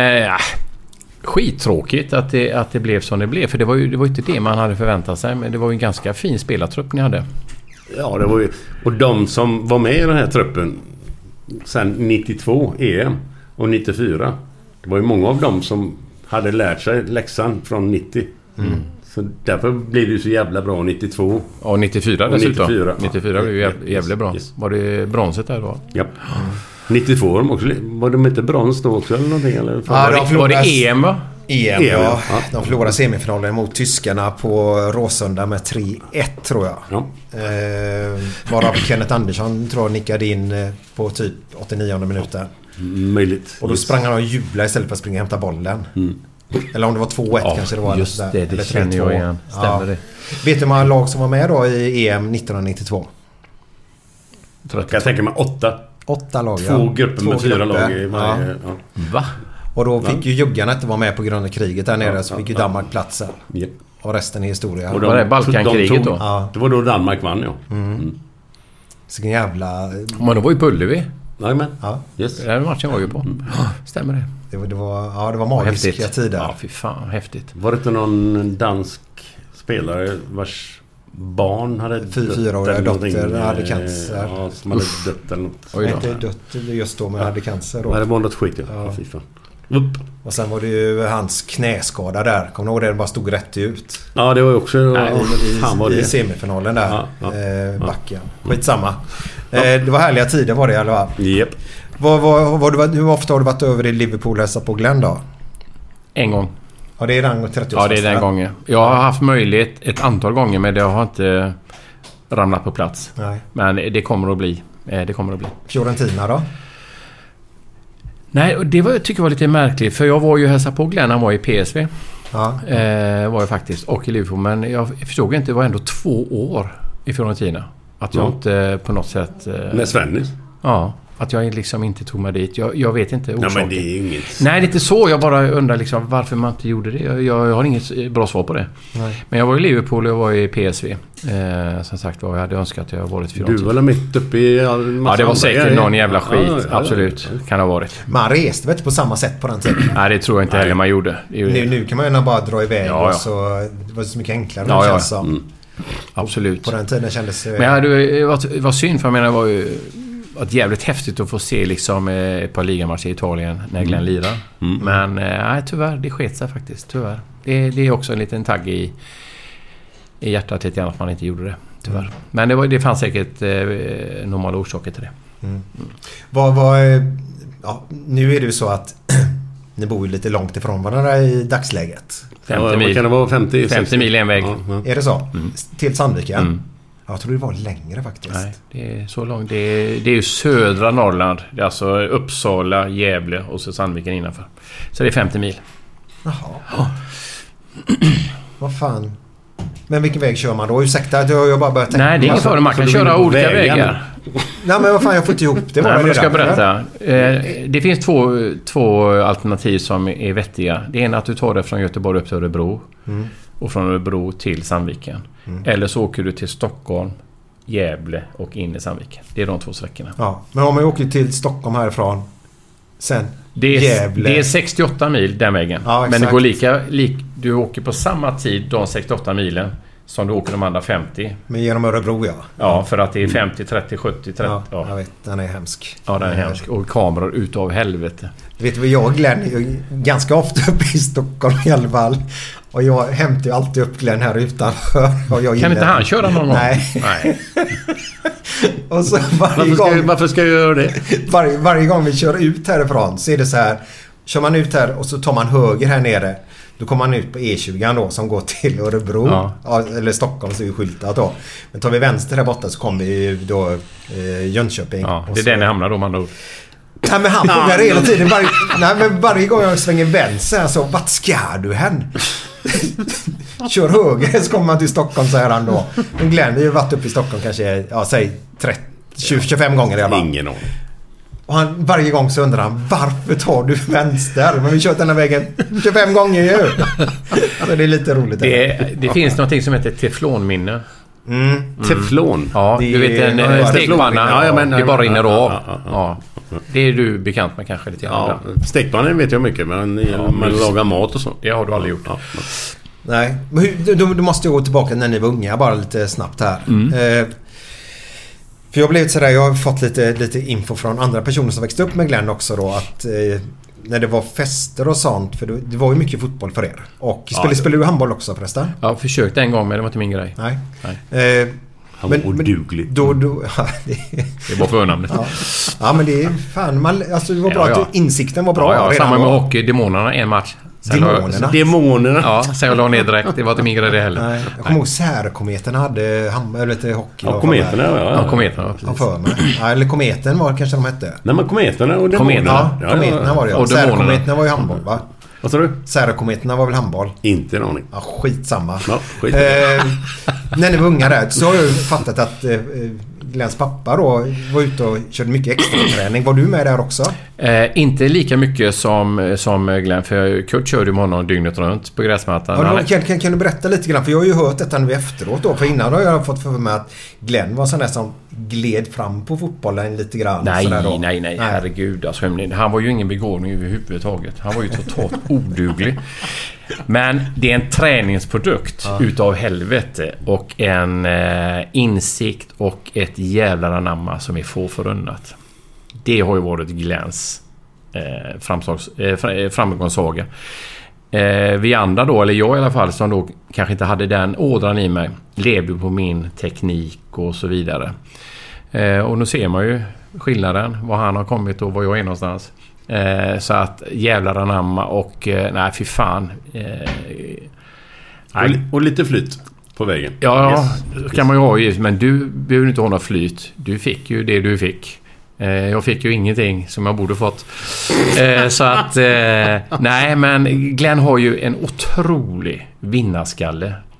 skittråkigt att det blev som det blev, för det var ju inte det man hade förväntat sig, men det var ju en ganska fin spelartrupp ni hade. Ja, det var ju, och de som var med i den här truppen sen 92 EM och 94, det var ju många av dem som hade lärt sig läxan från 90. Så därför blev det ju så jävla bra 92. Ja, 94 dessutom. 94 blev ju jävla bra. Yes. Var det bronset där då? Ja. 92 var de inte brons då också eller någonting? Eller? Var det EM, va? EM, ja. De förlorade semifinalen mot tyskarna på Råsunda med 3-1, tror jag. Ja. Varav Kenneth Andersson tror jag nickade in på typ 89:e minuten. Möjligt. Och då sprang han och jublade istället för att springa och hämta bollen. Eller om det var 2-1 kanske det var. Just det, det eller känner jag igen. Stämmer det. Vet du hur många lag som var med då i EM 1992? Jag tänker mig 8. 8 lag, Två grupper med 4 lag i varje. Ja. Va? Och då fick ju juggarna inte vara med på grund av kriget där nere, så fick ju Danmark platsen. Yep. Och resten är historia. Och var det Balkankriget då? Ja. Det var då Danmark vann, ja. Så jävla... Men det var ju på Ullevi. Jajamän. Ja. Yes. Den matchen var ju på. Stämmer det? Det var magiska tider. Ja, fy fan, häftigt. Var det inte någon dansk spelare vars barn hade dött? 4-åriga dotter hade cancer. Ja, som hade dött eller något. Oj då. Inte dött just då, men hade cancer då. Nej, det var något skit, ja. Fy fan. Och sen var det ju hans knäskada där. Kommer du ihåg det? Den bara stod rätt ut. Ja, det var ju också... I semifinalen där. Backen. Skitsamma. Det var härliga tider var det i alla fall. Yep. Hur ofta har du varit över i Liverpool och hälsat på Glenn då? En gång. Ja, det är den 30-årsfesten. Ja, det är den gången. Jag har haft möjlighet ett antal gånger, men det har inte ramlat på plats. Nej. Men det kommer att bli. Det kommer att bli. Fiorentina då? Nej, det tycker jag var lite märkligt. För jag var ju hälsa på Glenn, han var i PSV. Ja. Var jag faktiskt. Och i Liverpool. Men jag förstod inte, det var ändå 2 år i Fiorentina. Att jag inte på något sätt... Med Svennis? Ja, att jag liksom inte tog mig dit. Jag vet inte orsaken. Nej, men det är inget... Nej, det är inte så. Jag bara undrar liksom varför man inte gjorde det. Jag har inget bra svar på det. Nej. Men jag var i Liverpool och jag var i PSV. Som sagt var, jag hade önskat att jag varit 4. Du var mitt uppe i all massa. Ja, det var säkert någon jävla skit. Ja. Absolut. Kan ha varit. Man reste väl inte på samma sätt på den tiden? Nej, det tror jag inte heller man gjorde. Nu kan man ju bara dra iväg och så... Det var så mycket enklare. Det känns som. Absolut. På den tiden kändes... Men det var synd, för jag menar, det var ju ett jävligt häftigt att få se liksom ett par ligamatcher i Italien när Glenn lirar. Men nej, tyvärr, det sket sig faktiskt. Tyvärr. Det är också en liten tagg i hjärtat lite grann att man inte gjorde det. Tyvärr. Men det fanns säkert normala orsaker till det. Nu är det ju så att ni bor ju lite långt ifrån varandra i dagsläget. 50 mil. Kan det vara 50 mil en väg. Ja. Är det så? Till Sandviken? Jag tror det var längre faktiskt. Nej, det är så långt. Det är ju södra Norrland. Det är alltså Uppsala, Gävle och så Sandviken innanför. Så det är 50 mil. Jaha. Vad fan. Men vilken väg kör man då? Ursäkta, jag bara börjat tänka. Nej, det är ingen fara. Man kan köra olika vägar. Nej, men vad fan, jag får inte ihop det. Nej, men jag ska berätta. Det finns två alternativ som är vettiga. Det ena är att du tar det från Göteborg upp till Örebro. Och från Örebro till Sandviken. Eller så åker du till Stockholm, Gävle och in i Sandviken. Det är de 2 sträckorna. Ja, men om man åker till Stockholm härifrån sen Gävle. Det är 68 mil den vägen. Ja, men det går du åker på samma tid de 68 milen som du åker de andra 50. Men genom Örebro, ja. Ja, för att det är 50, 30, 70, 30. Ja, jag vet. Den är hemsk. Ja, den är hemsk. Och kameror utav helvete. Du vet vad jag och Glenn är ganska ofta uppe i Stockholm i alla fall. Och jag hämtar ju alltid upp Glenn här utanför. Och jag kan inte han köra någon gång? Nej. Och så varför ska jag göra det? Varje gång vi kör ut härifrån så är det så här. Kör man ut här och så tar man höger här nere. Då kommer man ut på E20 då som går till Örebro. Ja, eller Stockholm, så är ju skyltat då. Men tar vi vänster här borta så kommer vi då Jönköping. Ja, det är där ni hamnar då, man då. Nej, men han frågar hela tiden. Varje gång jag svänger vänster så, vart ska du hän? Kör höger så kommer man till Stockholm, säger han då. Men Glenn har ju varit uppe i Stockholm kanske, säg 25 gånger i alla fall. Ingen aning. Och varje gång så undrar han, varför tar du vänster? Men vi kört den här vägen 25 gånger ju. Så det är lite roligt. Det finns någonting som heter teflonminne. Teflon? Ja, du vet en stekpanna. Det bara rinner av. Ja. Det är du bekant med kanske lite grann. Ja, stekpannan vet jag mycket, men man lagar mat och så. Det har du aldrig gjort. Nej, men du måste ju gå tillbaka när ni var unga, bara lite snabbt här. För jag har blivit sådär, jag har fått lite info från andra personer som växte upp med Glenn också då, att när det var fester och sånt, för det var ju mycket fotboll för er. Och spelade du handboll också förresten? Ja, försökte en gång, men det var inte min grej. Nej. Han var oduglig. Det var förnamnet. Ja, men det är fan, det var bra att insikten var bra. Ja, samma med hockey, Demonerna, en match. Demonerna. Ja, sen jag la ner direkt. Det var inte min grej det heller. Nej, jag kommer ihåg Särkometerna hade lite hockey. Ja, Kometerna. Ja, Kometerna, precis. För mig. Ja, eller Kometen var kanske de hette. Nej, men Kometerna och Demonerna. Ja, Kometerna var det. Och Särkometerna var ju handboll, va? Vad sa du? Särkometerna var väl handboll? Inte en aning. Ja, skitsamma. Ja, när ni var unga där så har jag fattat att Glenns pappa då var ute och körde mycket extra träning. Var du med där också? Inte lika mycket som Glenn, för Kurt körde med honom dygnet runt på gräsmattan. Kan du berätta lite grann? För jag har ju hört detta nu efteråt då. För innan har jag fått för mig att Glenn var sån där som gled fram på fotbollen lite grann. Nej. Herregud. Alltså, han var ju ingen begåvning överhuvudtaget. Han var ju totalt oduglig. Men det är en träningsprodukt utav helvete och en insikt och ett jävla anamma som är få förunnat. Det har ju varit Glenns framgångssaga. Vi andra då, eller jag i alla fall, som då kanske inte hade den ådran i mig, levde på min teknik och så vidare. Och nu ser man ju skillnaden, var han har kommit och var jag är någonstans. Så att jävlar anamma och nej, fy fan. Och lite flyt på vägen. Ja, kan man ju ha ju, men du behöver inte ha något flyt. Du fick ju det du fick. Jag fick ju ingenting som jag borde fått. Så att nej, men Glenn har ju en otrolig vinnarskalle.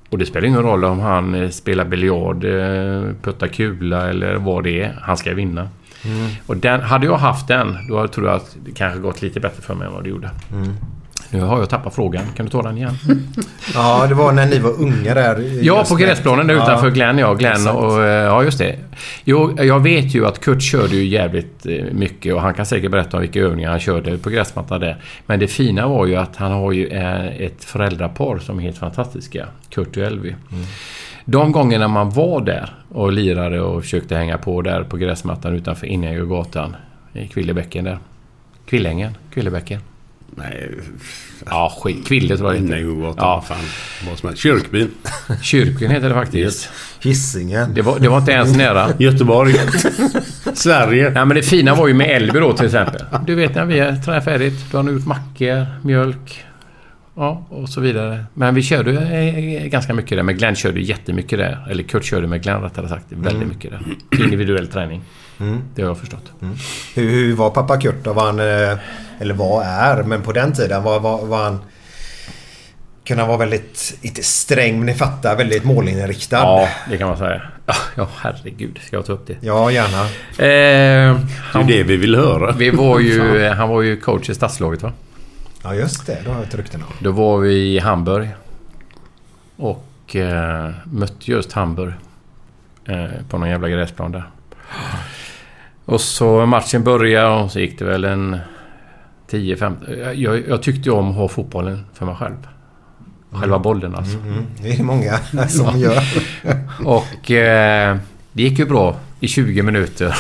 Och det spelar ingen roll om han spelar biljard, puttar kula eller vad det är. Han ska vinna. Och hade jag haft den, då tror jag att det kanske gått lite bättre för mig än vad det gjorde. Nu har jag tappat frågan. Kan du ta den igen? Ja, det var när ni var unga där. Ja, på gräsplanen där utanför Glenn. Ja, just det. Jo, jag vet ju att Kurt körde ju jävligt mycket och han kan säkert berätta om vilka övningar han körde på gräsmattan där. Men det fina var ju att han har ju ett föräldrapar som är helt fantastiska. Kurt och Elvi. De gångerna man var där och lirade och försökte hänga på där på gräsmattan utanför Inägögatan i Kvillebäcken där. Kvillebäcken. Nej. Ja, Kville tror jag det heter. Ja, fan. Kyrkbyn. Kyrkbyn heter det faktiskt. Hisingen. Det var inte ens nära. Göteborg. Sverige. Nej, men det fina var ju med Elby då till exempel. Du vet när vi tränade färdigt. Då har ni gjort mackor, mjölk. Ja, och så vidare. Men vi körde ganska mycket där. Men Glenn körde jättemycket där. Eller Kurt körde med Glenn rättare sagt. Väldigt mycket där. Individuell träning. Det har jag förstått. Hur var pappa Kurt då? Var han, eller vad är, men på den tiden var han, kunde han vara väldigt, inte sträng, men ni fattar, väldigt målinriktad. Ja, det kan man säga. Ja, herregud, ska jag ta upp det? Ja, gärna. Det är det vi vill höra. Han var ju coach i stadslaget, va? Ja, just det. Då har jag tryckt den. Då var vi i Hamburg och mötte just Hamburg på någon jävla gräsplan där. Och så matchen började och så gick det väl en 10-15. Jag tyckte om att ha fotbollen för mig själv. Själva bollen alltså. Det är många som gör. Och det gick ju bra i 20 minuter.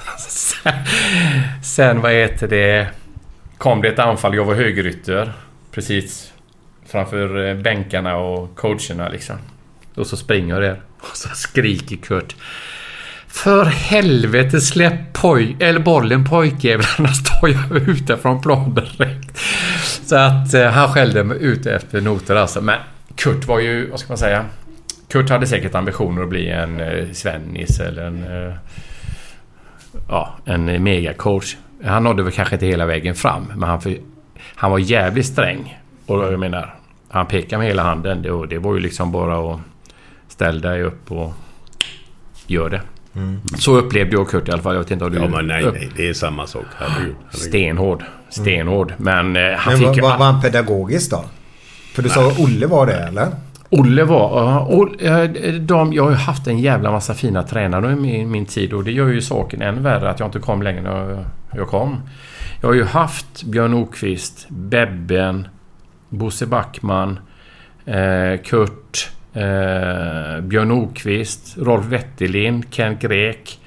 Sen vad heter det, kom det ett anfall. Jag var högerytter precis framför bänkarna och coacherna liksom. Och så springer jag där och så skriker Kurt: för helvete, släpp bollen pojkjävlarna, står jag ute från plan direkt. Så att han skällde mig ute efter noter alltså. Men Kurt var ju, vad ska man säga, Kurt hade säkert ambitioner att bli en Svennis eller en megacoach. Han nådde väl kanske inte hela vägen fram, men han var jävligt sträng. Och jag menar, han pekade med hela handen. Det var ju liksom bara att ställa dig upp och gör det. Så upplevde jag Kurt i alla fall. Jag vet inte om du... Ja, men nej, det är samma sak. Herregud. Stenhård. Men han men fick... var han pedagogisk då? För du sa Olle var det, eller? Olle var... jag har ju haft en jävla massa fina tränare i min tid. Och det gör ju saken än värre att jag inte kom längre när jag kom. Jag har ju haft Björn Okvist, Bebben, Bosse Backman, Kurt... Björn Okvist, Rolf Wetterlind, Ken Grek,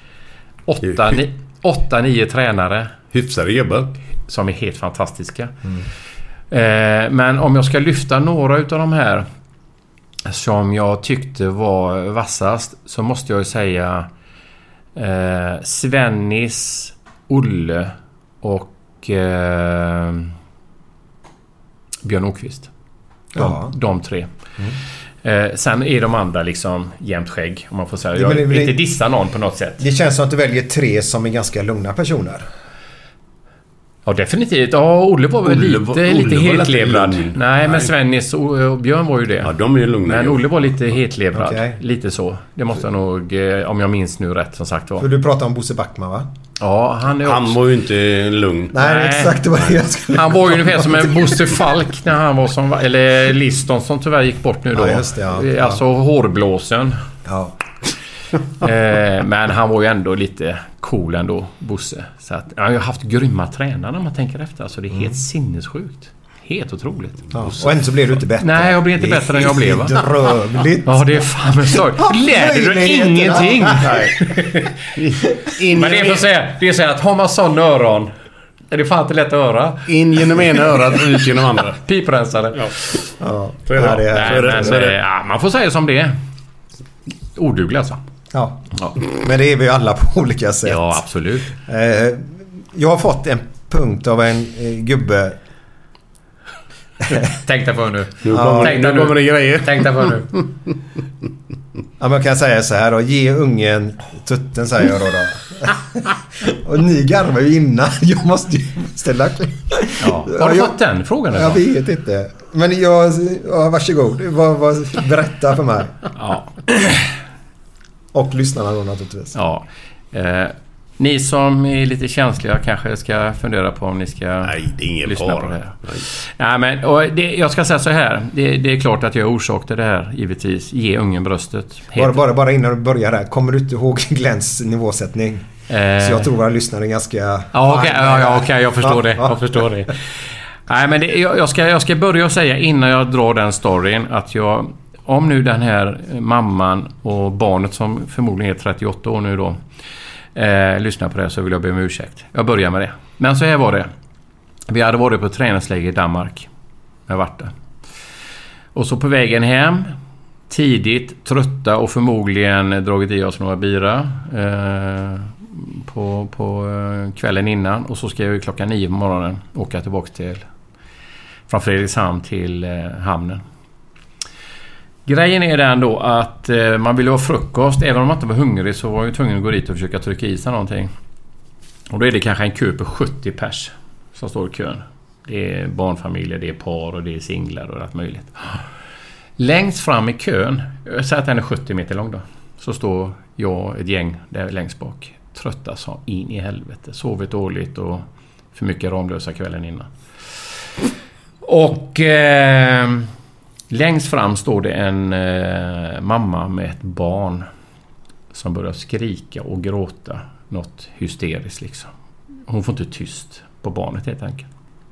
8-9 tränare hyfsade gubbar som är helt fantastiska. Men om jag ska lyfta några utav de här som jag tyckte var vassast, så måste jag ju säga Svennis, Olle och Björn Okvist. De tre. Sen är de andra liksom jämnt skägg, om man får säga. Jag vill inte dissa någon på något sätt. Det känns som att du väljer tre som är ganska lugna personer. Ja, definitivt. Ja, Olle var väl lite hetlevrad. Nej, men Svennis och Björn var ju det. Ja, de är ju lugna. Men Olle var lite hetlevrad. Okay. Lite så. Det måste jag nog, om jag minns nu rätt, som sagt var. För du pratar om Bosse Backman, va? Ja, han var ju inte lugn. Nej, exakt. Det var det jag skulle... Han var ju ungefär som en Bosse Falk när han var som... Eller Liston som tyvärr gick bort nu då. Ja, just det, ja. Alltså hårblåsen. Ja. Men han var ju ändå lite cool ändå, Bosse. Så att, jag har haft grymma tränare när man tänker efter. Alltså det är helt sinnessjukt. Helt otroligt. Ja. Och ändå så blev du inte bättre. Nej, jag blev inte bättre än jag blev. Det är drömligt. Ja, det är fan med sorg. Lärde du ingenting? Men det är så att har man sån öron, är det fan inte lätt att höra. In genom ena örat och ut genom andra. Piprensare. Ja. Så är det. Ja, man får säga som det är. Oduglig alltså. Ja. Men det är vi ju alla på olika sätt. Ja, absolut. Jag har fått en punkt av en gubbe. Tänk dig för nu. Nu kommer det grejer. Tänk dig för nu. Ja, men kan jag säga så här då. Ge ungen tutten, säger jag då. Och ni garvar ju innan. Jag måste ju ställa... Ja. Har du fått den frågan? Jag vet inte. Men varsågod. Berätta för mig. Ja. Och lyssnarna då naturligtvis. Ja. Ni som är lite känsliga kanske ska fundera på om ni ska det är ingen lyssna fara. på det här. Nej, men, jag ska säga så här. Det är klart att jag är orsak till det här, givetvis. Ge ungen bröstet. Bara innan du börjar där. Kommer du inte ihåg Glens nivåsättning? Så jag tror våra lyssnare är ganska... Okej, jag förstår det. Jag förstår det. Nej, men jag ska börja säga innan jag drar den storyn att om nu den här mamman och barnet som förmodligen är 38 år nu då lyssnar på det, så vill jag be om ursäkt. Jag börjar med det. Men så här var det. Vi hade varit på träningsläger i Danmark. Jag har varit där. Och så på vägen hem tidigt, trötta och förmodligen dragit i oss några bira på kvällen innan. Och så ska jag klockan 9 på morgonen åka tillbaka från Fredrikshamn till hamnen. Grejen är den då att man ville ha frukost. Även om man inte var hungrig så var jag tvungen att gå dit och försöka trycka i sig någonting. Och då är det kanske en kö på 70 pers som står i kön. Det är barnfamiljer, det är par och det är singlar och allt möjligt. Längst fram i kön, jag säger att den är 70 meter lång då, så står jag ett gäng där längst bak. Trötta som in i helvete. Sovit dåligt och för mycket Ramlösa kvällen innan. Och... längst fram står det en mamma med ett barn som börjar skrika och gråta något hysteriskt liksom. Hon får inte tyst på barnet helt enkelt.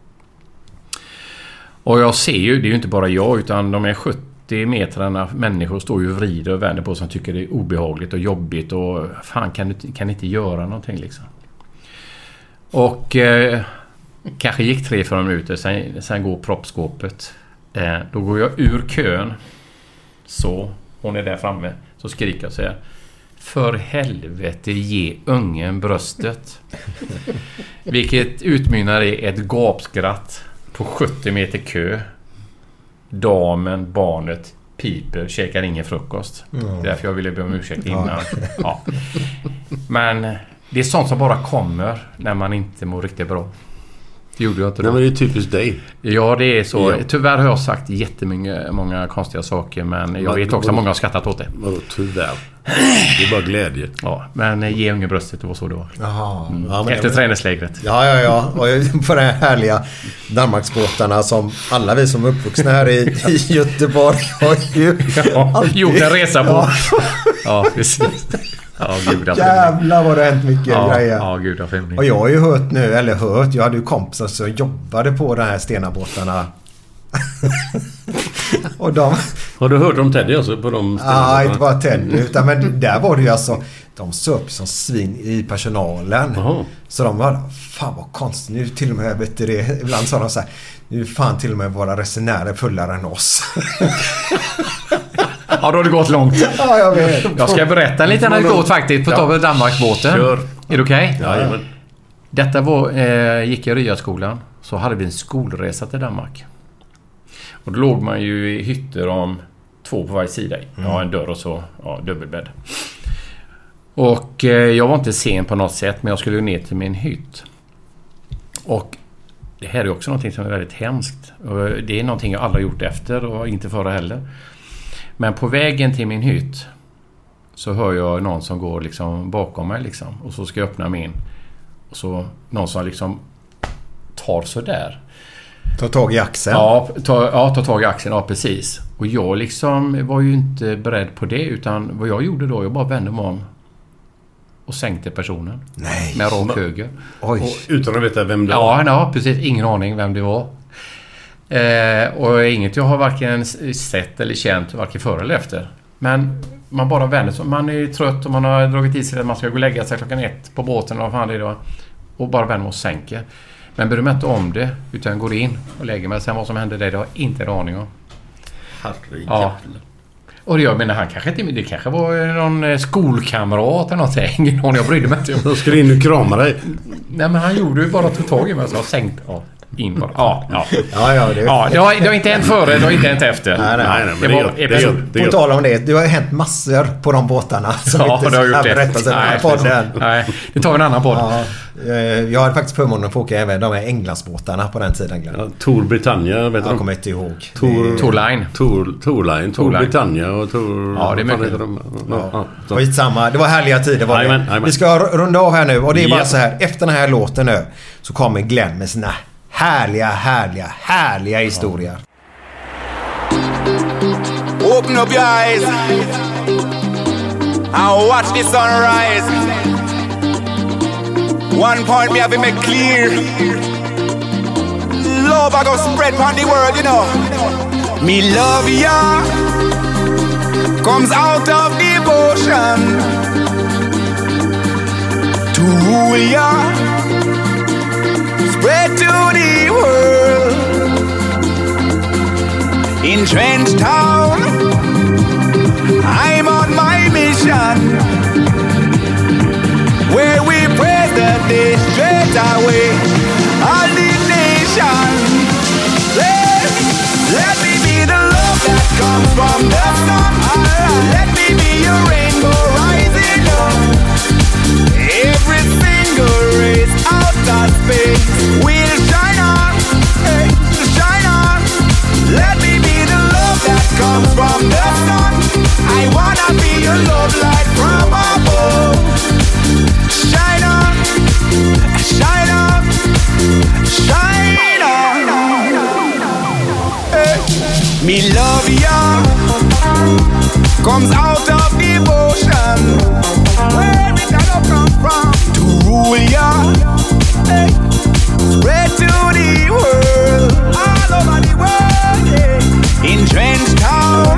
Och jag ser ju, det är ju inte bara jag utan de är 70 metrarna människor står ju och vrider och vänder på som tycker det är obehagligt och jobbigt och fan kan inte göra någonting liksom. Och kanske gick 3-4 minuter sen går proppskåpet. Då går jag ur kön. Så hon är där framme. Så skriker jag så här: för helvete, ge ungen bröstet. Vilket utmynnar i ett gapskratt på 70 meter kö. Damen, barnet piper, käkar ingen frukost. Därför jag ville be om ursäkt innan. Ja. Men det är sånt som bara kommer när man inte mår riktigt bra. Det gjorde jag inte. Nej, men det är typiskt dig. Ja, det är så. Ja. Tyvärr har jag sagt många konstiga saker, men jag vet också att många har skrattat åt det. Vadå tyvärr? Det är bara glädje. Ja, men ge ungen bröstet, det var så det var. Jaha. Ja, efter träningslägret. Ja. Och på de här härliga Danmarksbåtarna som alla vi som är uppvuxna här i Göteborg har ju gjort en resa på. Ja, precis. Ja, jävlar vad det har hänt mycket grejer. Ja, gud, och jag har ju hört, jag hade ju kompisar som jobbade på de här stenabåtarna. Och har du hört om Teddy alltså på de stenabåtarna? Ja, inte bara Teddy utan men där var det ju alltså de söp som svin i personalen. Aha. Så de var fan vad konstigt, nu till och med vet du det, ibland sa de så här, nu fan till och med våra resenärer fullare än oss. Ja, då har det gått långt. Ja, jag vet. Jag ska berätta en liten anekdot faktiskt på tal om Danmarksbåten. Kör. Är det okej? Ja, men. Detta var, gick jag i Ryaskolan. Så hade vi en skolresa till Danmark. Och då låg man ju i hytter om 2 på varje sida. Ja, en dörr och så dubbelbädd. Och jag var inte sen på något sätt, men jag skulle ner till min hytt. Och det här är också någonting som är väldigt hemskt. Och det är någonting jag aldrig gjort efter och inte före heller. Men på vägen till min hytt så hör jag någon som går liksom bakom mig liksom. Och så ska jag öppna min. Och så någon som liksom tar så där. Tar tag i axeln. Ja, tar tag i axeln, ja precis. Och jag liksom var ju inte beredd på det, utan vad jag gjorde då, jag bara vände mig om och sänkte personen. Nej. Med rak höger. Oj. Och utan att veta vem det var. Ja, precis. Ingen aning vem det var. Och inget jag har varken sett eller känt varken före eller efter. Men man bara vänder sig. Man är trött och man har dragit i sig att man ska gå och lägga sig klockan 1 på båten och vad fan det är då. Och bara vänder och sänker. Men bryr mig inte om det, utan går in och lägger mig. Sen vad som händer där, det har jag inte en aning om. Herregud. Ja. Och jag menar, han kanske inte, det kanske var någon skolkamrat eller någonting. Ingen aning, jag brydde mig inte. De skulle in och krama dig. Nej, men han gjorde ju bara tog tag i mig och så sänkt. Ja. in bara. Ja. Det det har inte hänt före, det har inte hänt efter. Nej, men det på tal om det har hänt massor på de båtarna som inte det har gjort berättas i den här podden. Nej, det tar vi en annan podd. Jag hade faktiskt förmånen att få åka även de här Englandsbåtarna på den tiden. Tor Britannia, vet du? Jag kommer inte ihåg. Torline. Tor Britannia och Tor... Ja, det är mycket. Skitsamma. Det var härliga tider var det. Amen. Vi ska runda av här nu. Och det är bara så här. Efter den här låten nu så kommer Glenn med sina härliga historier. Open up your eyes and watch the sunrise. One point me have to make clear. Love I go spread upon the world, you know. Me love ya comes out of devotion to rule ya, spread to the world. In Trench Town, I'm on my mission, where we praise the day straight away, all the nation. Let me be the love that comes from the sun. Let me be your rainbow rising up. Every single race out of space will shine on, shine on. Let me be the love that comes from the sun. I wanna be your love light from above. Shine on, shine on, shine on. Hey. Me love ya comes out of devotion. Where we gonna come from? To rule ya, hey. Spread to the world, all over the world, yeah. In Trench Town,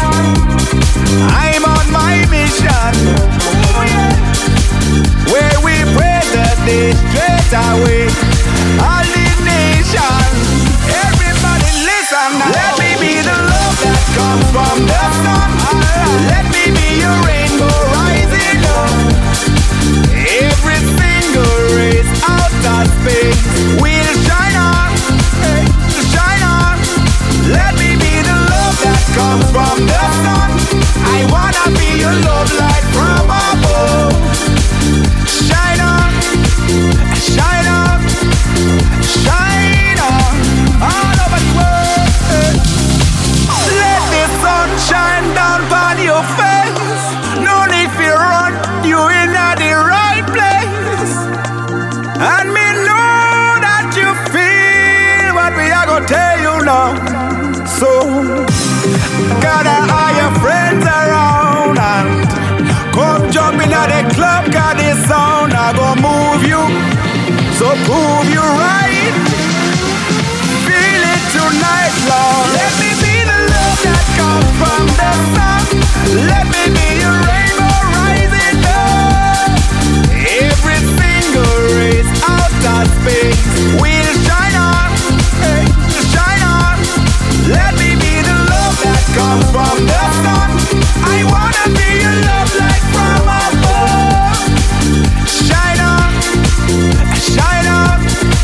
I'm on my mission, oh, yeah. Where we pray the day straight away, all the nation. Everybody listen now. Let me be the love that comes from the sun. Let me be your rainbow rising up. Every single race out of space will shine on, shine on. Let me be the love that comes from the sun. I wanna be your love light from above. Shine on, shine on, shine on, all over the world. Let the sun shine down on your face. No need to run, you in the right place. And me know that you feel what we are gonna tell you now. So gather all your friends around and come jump in at the club, 'cause this sound I gonna move you. So prove you right. Feel it tonight, Lord. Let me be the love that comes from the sun. Let me be your rainbow rising up. Every single race out of space will shine on, shine on. Let me be the love that comes from the sun. I wanna be your love light from above. Shine on, shine on,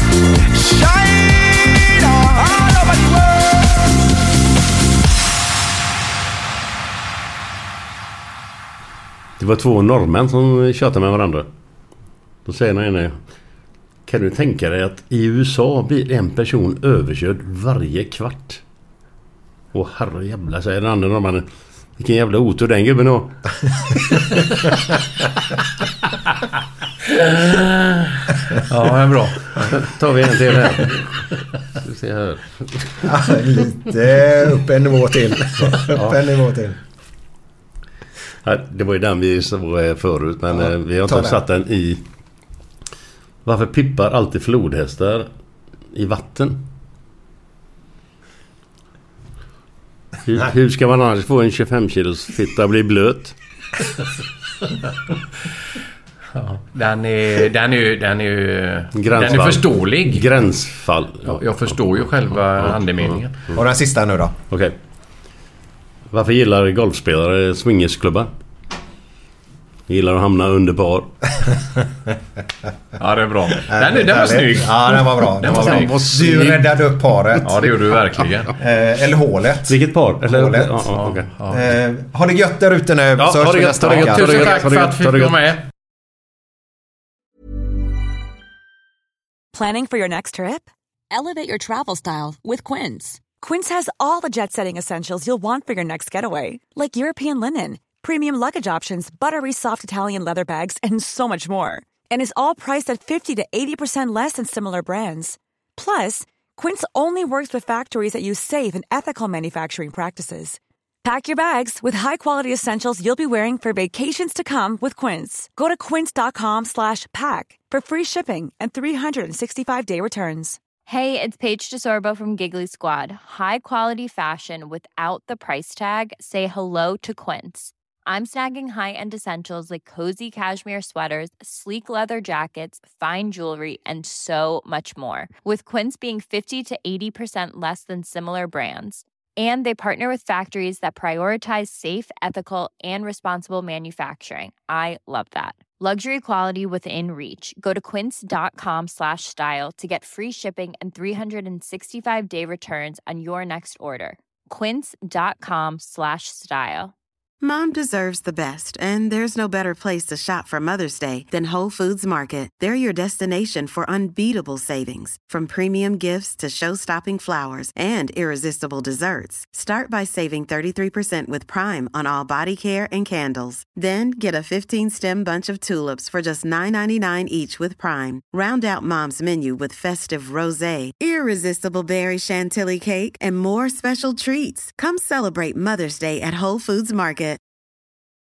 shine on, all over the world. Det var två norrmän som tjatade med varandra. Då säger den ene: kan du tänka dig att i USA blir en person överkörd varje kvart? Åh herre jävla, säger den andra norrmannen. Vilken jävla otur den gubben då. Ja, det är bra. Tar vi en till här. Du ser här. Lite upp en nivå till. Upp en nivå till. Det var ju den vi såg förut, men vi har inte satt den i. Varför pippar alltid flodhästar i vatten? Hur ska man annars få en 25 kilos fitta bli blöt? Ja, den är förståelig. Gränsfall. Jag förstår ju själva andemeningen. Och den sista nu då. Okej. Varför gillar golfspelare swingersklubbar? Gillar att hamna under par. Ja, det är bra. Den var snygg. Ja, den var bra. Den var snygg. Du räddade upp paret. Ja, det gjorde du verkligen. Eller hålet. Vilket par? Eller hålet. Ja, okay. Ha det gött där ute nu. Ja, så ha det gött. Tusen tack för att vi fick vara med. Planning for your next trip? Elevate your travel style with Quince. Quince has all the jet-setting essentials you'll want for your next getaway, like European linen, premium luggage options, buttery soft Italian leather bags, and so much more. And is all priced at 50 to 80% less than similar brands. Plus, Quince only works with factories that use safe and ethical manufacturing practices. Pack your bags with high-quality essentials you'll be wearing for vacations to come with Quince. Go to quince.com/pack for free shipping and 365-day returns. Hey, it's Paige DeSorbo from Giggly Squad. High quality fashion without the price tag. Say hello to Quince. I'm snagging high-end essentials like cozy cashmere sweaters, sleek leather jackets, fine jewelry, and so much more. With Quince being 50 to 80% less than similar brands. And they partner with factories that prioritize safe, ethical, and responsible manufacturing. I love that. Luxury quality within reach. Go to quince.com/style to get free shipping and 365-day returns on your next order. Quince.com/style. Mom deserves the best, and there's no better place to shop for Mother's Day than Whole Foods Market. They're your destination for unbeatable savings, from premium gifts to show-stopping flowers and irresistible desserts. Start by saving 33% with Prime on all body care and candles. Then get a 15-stem bunch of tulips for just $9.99 each with Prime. Round out Mom's menu with festive rosé, irresistible berry chantilly cake, and more special treats. Come celebrate Mother's Day at Whole Foods Market.